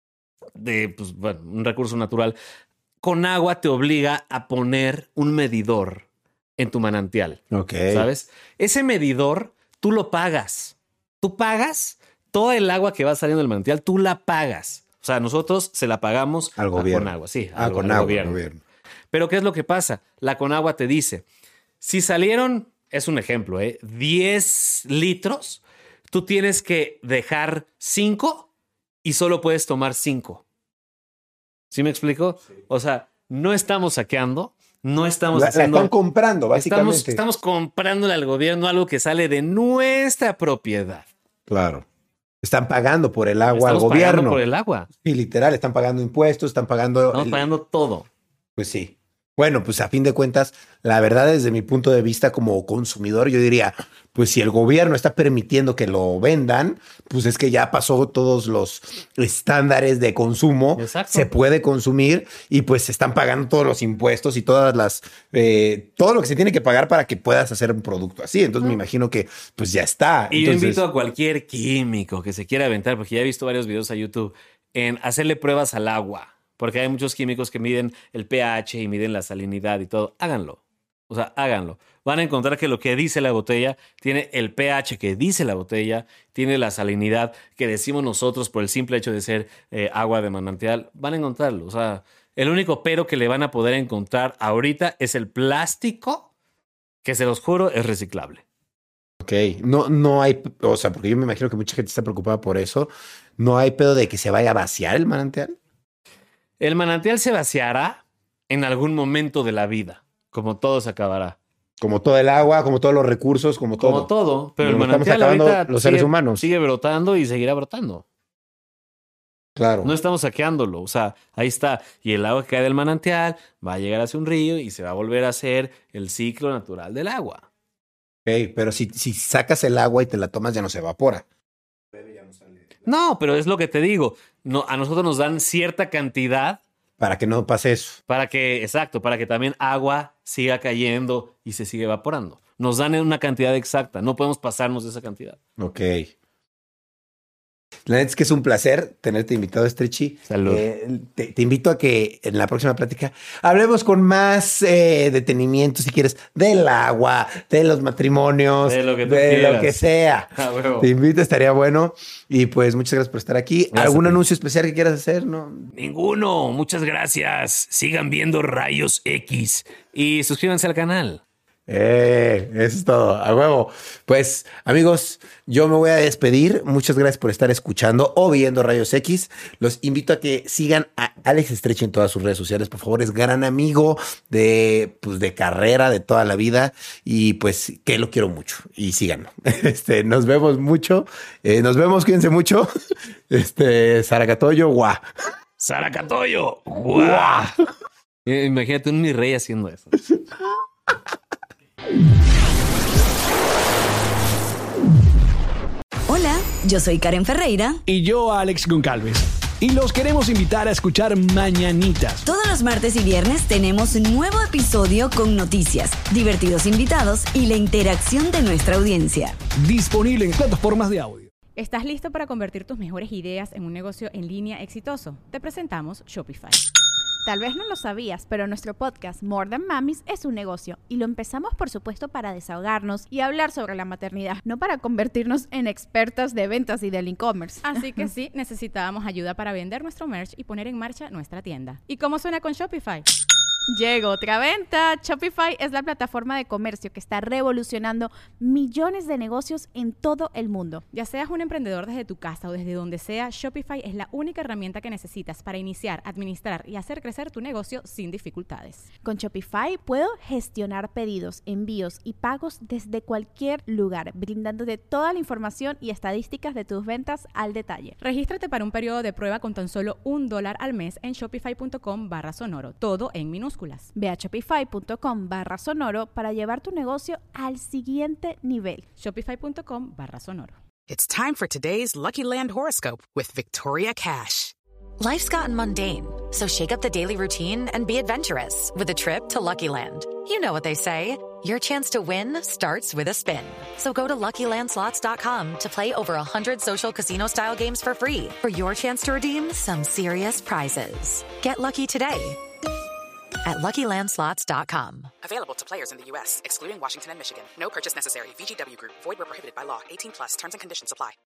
un recurso natural, Conagua te obliga a poner un medidor en tu manantial. Ok. ¿Sabes? Ese medidor, tú lo pagas. Tú pagas todo el agua que va saliendo del manantial, tú la pagas. O sea, nosotros se la pagamos al gobierno. A Conagua. Sí, al gobierno. Pero ¿qué es lo que pasa? La Conagua te dice, si salieron, es un ejemplo, 10 litros, tú tienes que dejar 5 y solo puedes tomar 5. ¿Sí me explico? Sí. O sea, no estamos saqueando, no estamos haciendo... La están comprando, básicamente. Estamos comprándole al gobierno algo que sale de nuestra propiedad. Claro. Están pagando por el agua al gobierno. Estamos pagando por el agua. Sí, literal, están pagando impuestos, están pagando... Estamos pagando todo. Pues sí. Bueno, pues a fin de cuentas, la verdad, desde mi punto de vista como consumidor, yo diría, pues si el gobierno está permitiendo que lo vendan, pues es que ya pasó todos los estándares de consumo. Exacto. Se puede consumir y pues se están pagando todos los impuestos y todas las todo lo que se tiene que pagar para que puedas hacer un producto así. Entonces me imagino que pues ya está. Y entonces, yo invito a cualquier químico que se quiera aventar, porque ya he visto varios videos a YouTube, en hacerle pruebas al agua. Porque hay muchos químicos que miden el pH y miden la salinidad y todo. Háganlo. O sea, háganlo. Van a encontrar que lo que dice la botella tiene el pH que dice la botella, tiene la salinidad que decimos nosotros por el simple hecho de ser agua de manantial. Van a encontrarlo. O sea, el único pero que le van a poder encontrar ahorita es el plástico, que se los juro es reciclable. Ok, no hay, o sea, porque yo me imagino que mucha gente está preocupada por eso. ¿No hay pedo de que se vaya a vaciar el manantial? El manantial se vaciará en algún momento de la vida, como todo se acabará. Como todo el agua, como todos los recursos, como todo. Como todo, pero el Nos manantial estamos acabando ahorita los seres humanos. sigue brotando y seguirá brotando. Claro. No estamos saqueándolo, o sea, ahí está. Y el agua que cae del manantial va a llegar hacia un río y se va a volver a hacer el ciclo natural del agua. Ok, pero si sacas el agua y te la tomas ya no se evapora. No, pero es lo que te digo. No, a nosotros nos dan cierta cantidad. Para que no pase eso. Para que también agua siga cayendo y se siga evaporando. Nos dan una cantidad exacta. No podemos pasarnos de esa cantidad. Ok. La neta es que es un placer tenerte invitado, Stretchy. Salud. Te invito a que en la próxima plática hablemos con más detenimiento, si quieres, del agua, de los matrimonios, De lo que tú lo quieras. que sea. Ah, huevo. Te invito, estaría bueno. Y pues muchas gracias por estar aquí. Gracias ¿Algún a ti. anuncio especial que quieras hacer? ¿No? Ninguno. Muchas gracias. Sigan viendo Rayos X y suscríbanse al canal. Eso es todo, a huevo. Pues, amigos, yo me voy a despedir. Muchas gracias por estar escuchando o viendo Rayos X. Los invito a que sigan a Alex Stretchy en todas sus redes sociales. Por favor, es gran amigo de carrera, de toda la vida. Y pues, que lo quiero mucho. Y síganlo. Nos vemos mucho. Nos vemos, cuídense mucho. Saracatoyo, guau. Saracatoyo. ¡Guau! Imagínate un mi rey haciendo eso. Hola, yo soy Karen Ferreira. Y yo, Alex Goncalves. Y los queremos invitar a escuchar Mañanitas. Todos los martes y viernes tenemos un nuevo episodio con noticias, divertidos invitados y la interacción de nuestra audiencia. Disponible en plataformas de audio. ¿Estás listo para convertir tus mejores ideas en un negocio en línea exitoso? Te presentamos Shopify. Tal vez no lo sabías, pero nuestro podcast More Than Mamis es un negocio y lo empezamos por supuesto para desahogarnos y hablar sobre la maternidad, no para convertirnos en expertas de ventas y del e-commerce. Así que sí, necesitábamos ayuda para vender nuestro merch y poner en marcha nuestra tienda. ¿Y cómo suena con Shopify? Llegó otra venta. Shopify es la plataforma de comercio que está revolucionando millones de negocios en todo el mundo. Ya seas un emprendedor desde tu casa o desde donde sea, Shopify es la única herramienta que necesitas para iniciar, administrar y hacer crecer tu negocio sin dificultades. Con Shopify puedo gestionar pedidos, envíos y pagos desde cualquier lugar, brindándote toda la información y estadísticas de tus ventas al detalle. Regístrate para un periodo de prueba con tan solo $1 al mes en shopify.com/sonoro, todo en minúsculas. Ve a shopify.com/sonoro para llevar tu negocio al siguiente nivel. Shopify.com/sonoro. It's time for today's Lucky Land horoscope with Victoria Cash. Life's gotten mundane, so shake up the daily routine and be adventurous with a trip to Lucky Land. You know what they say, your chance to win starts with a spin. So go to LuckyLandSlots.com to play over 100 social casino-style games for free for your chance to redeem some serious prizes. Get lucky today at LuckyLandSlots.com. Available to players in the U.S., excluding Washington and Michigan. No purchase necessary. VGW Group. Void where prohibited by law. 18+. Terms and conditions apply.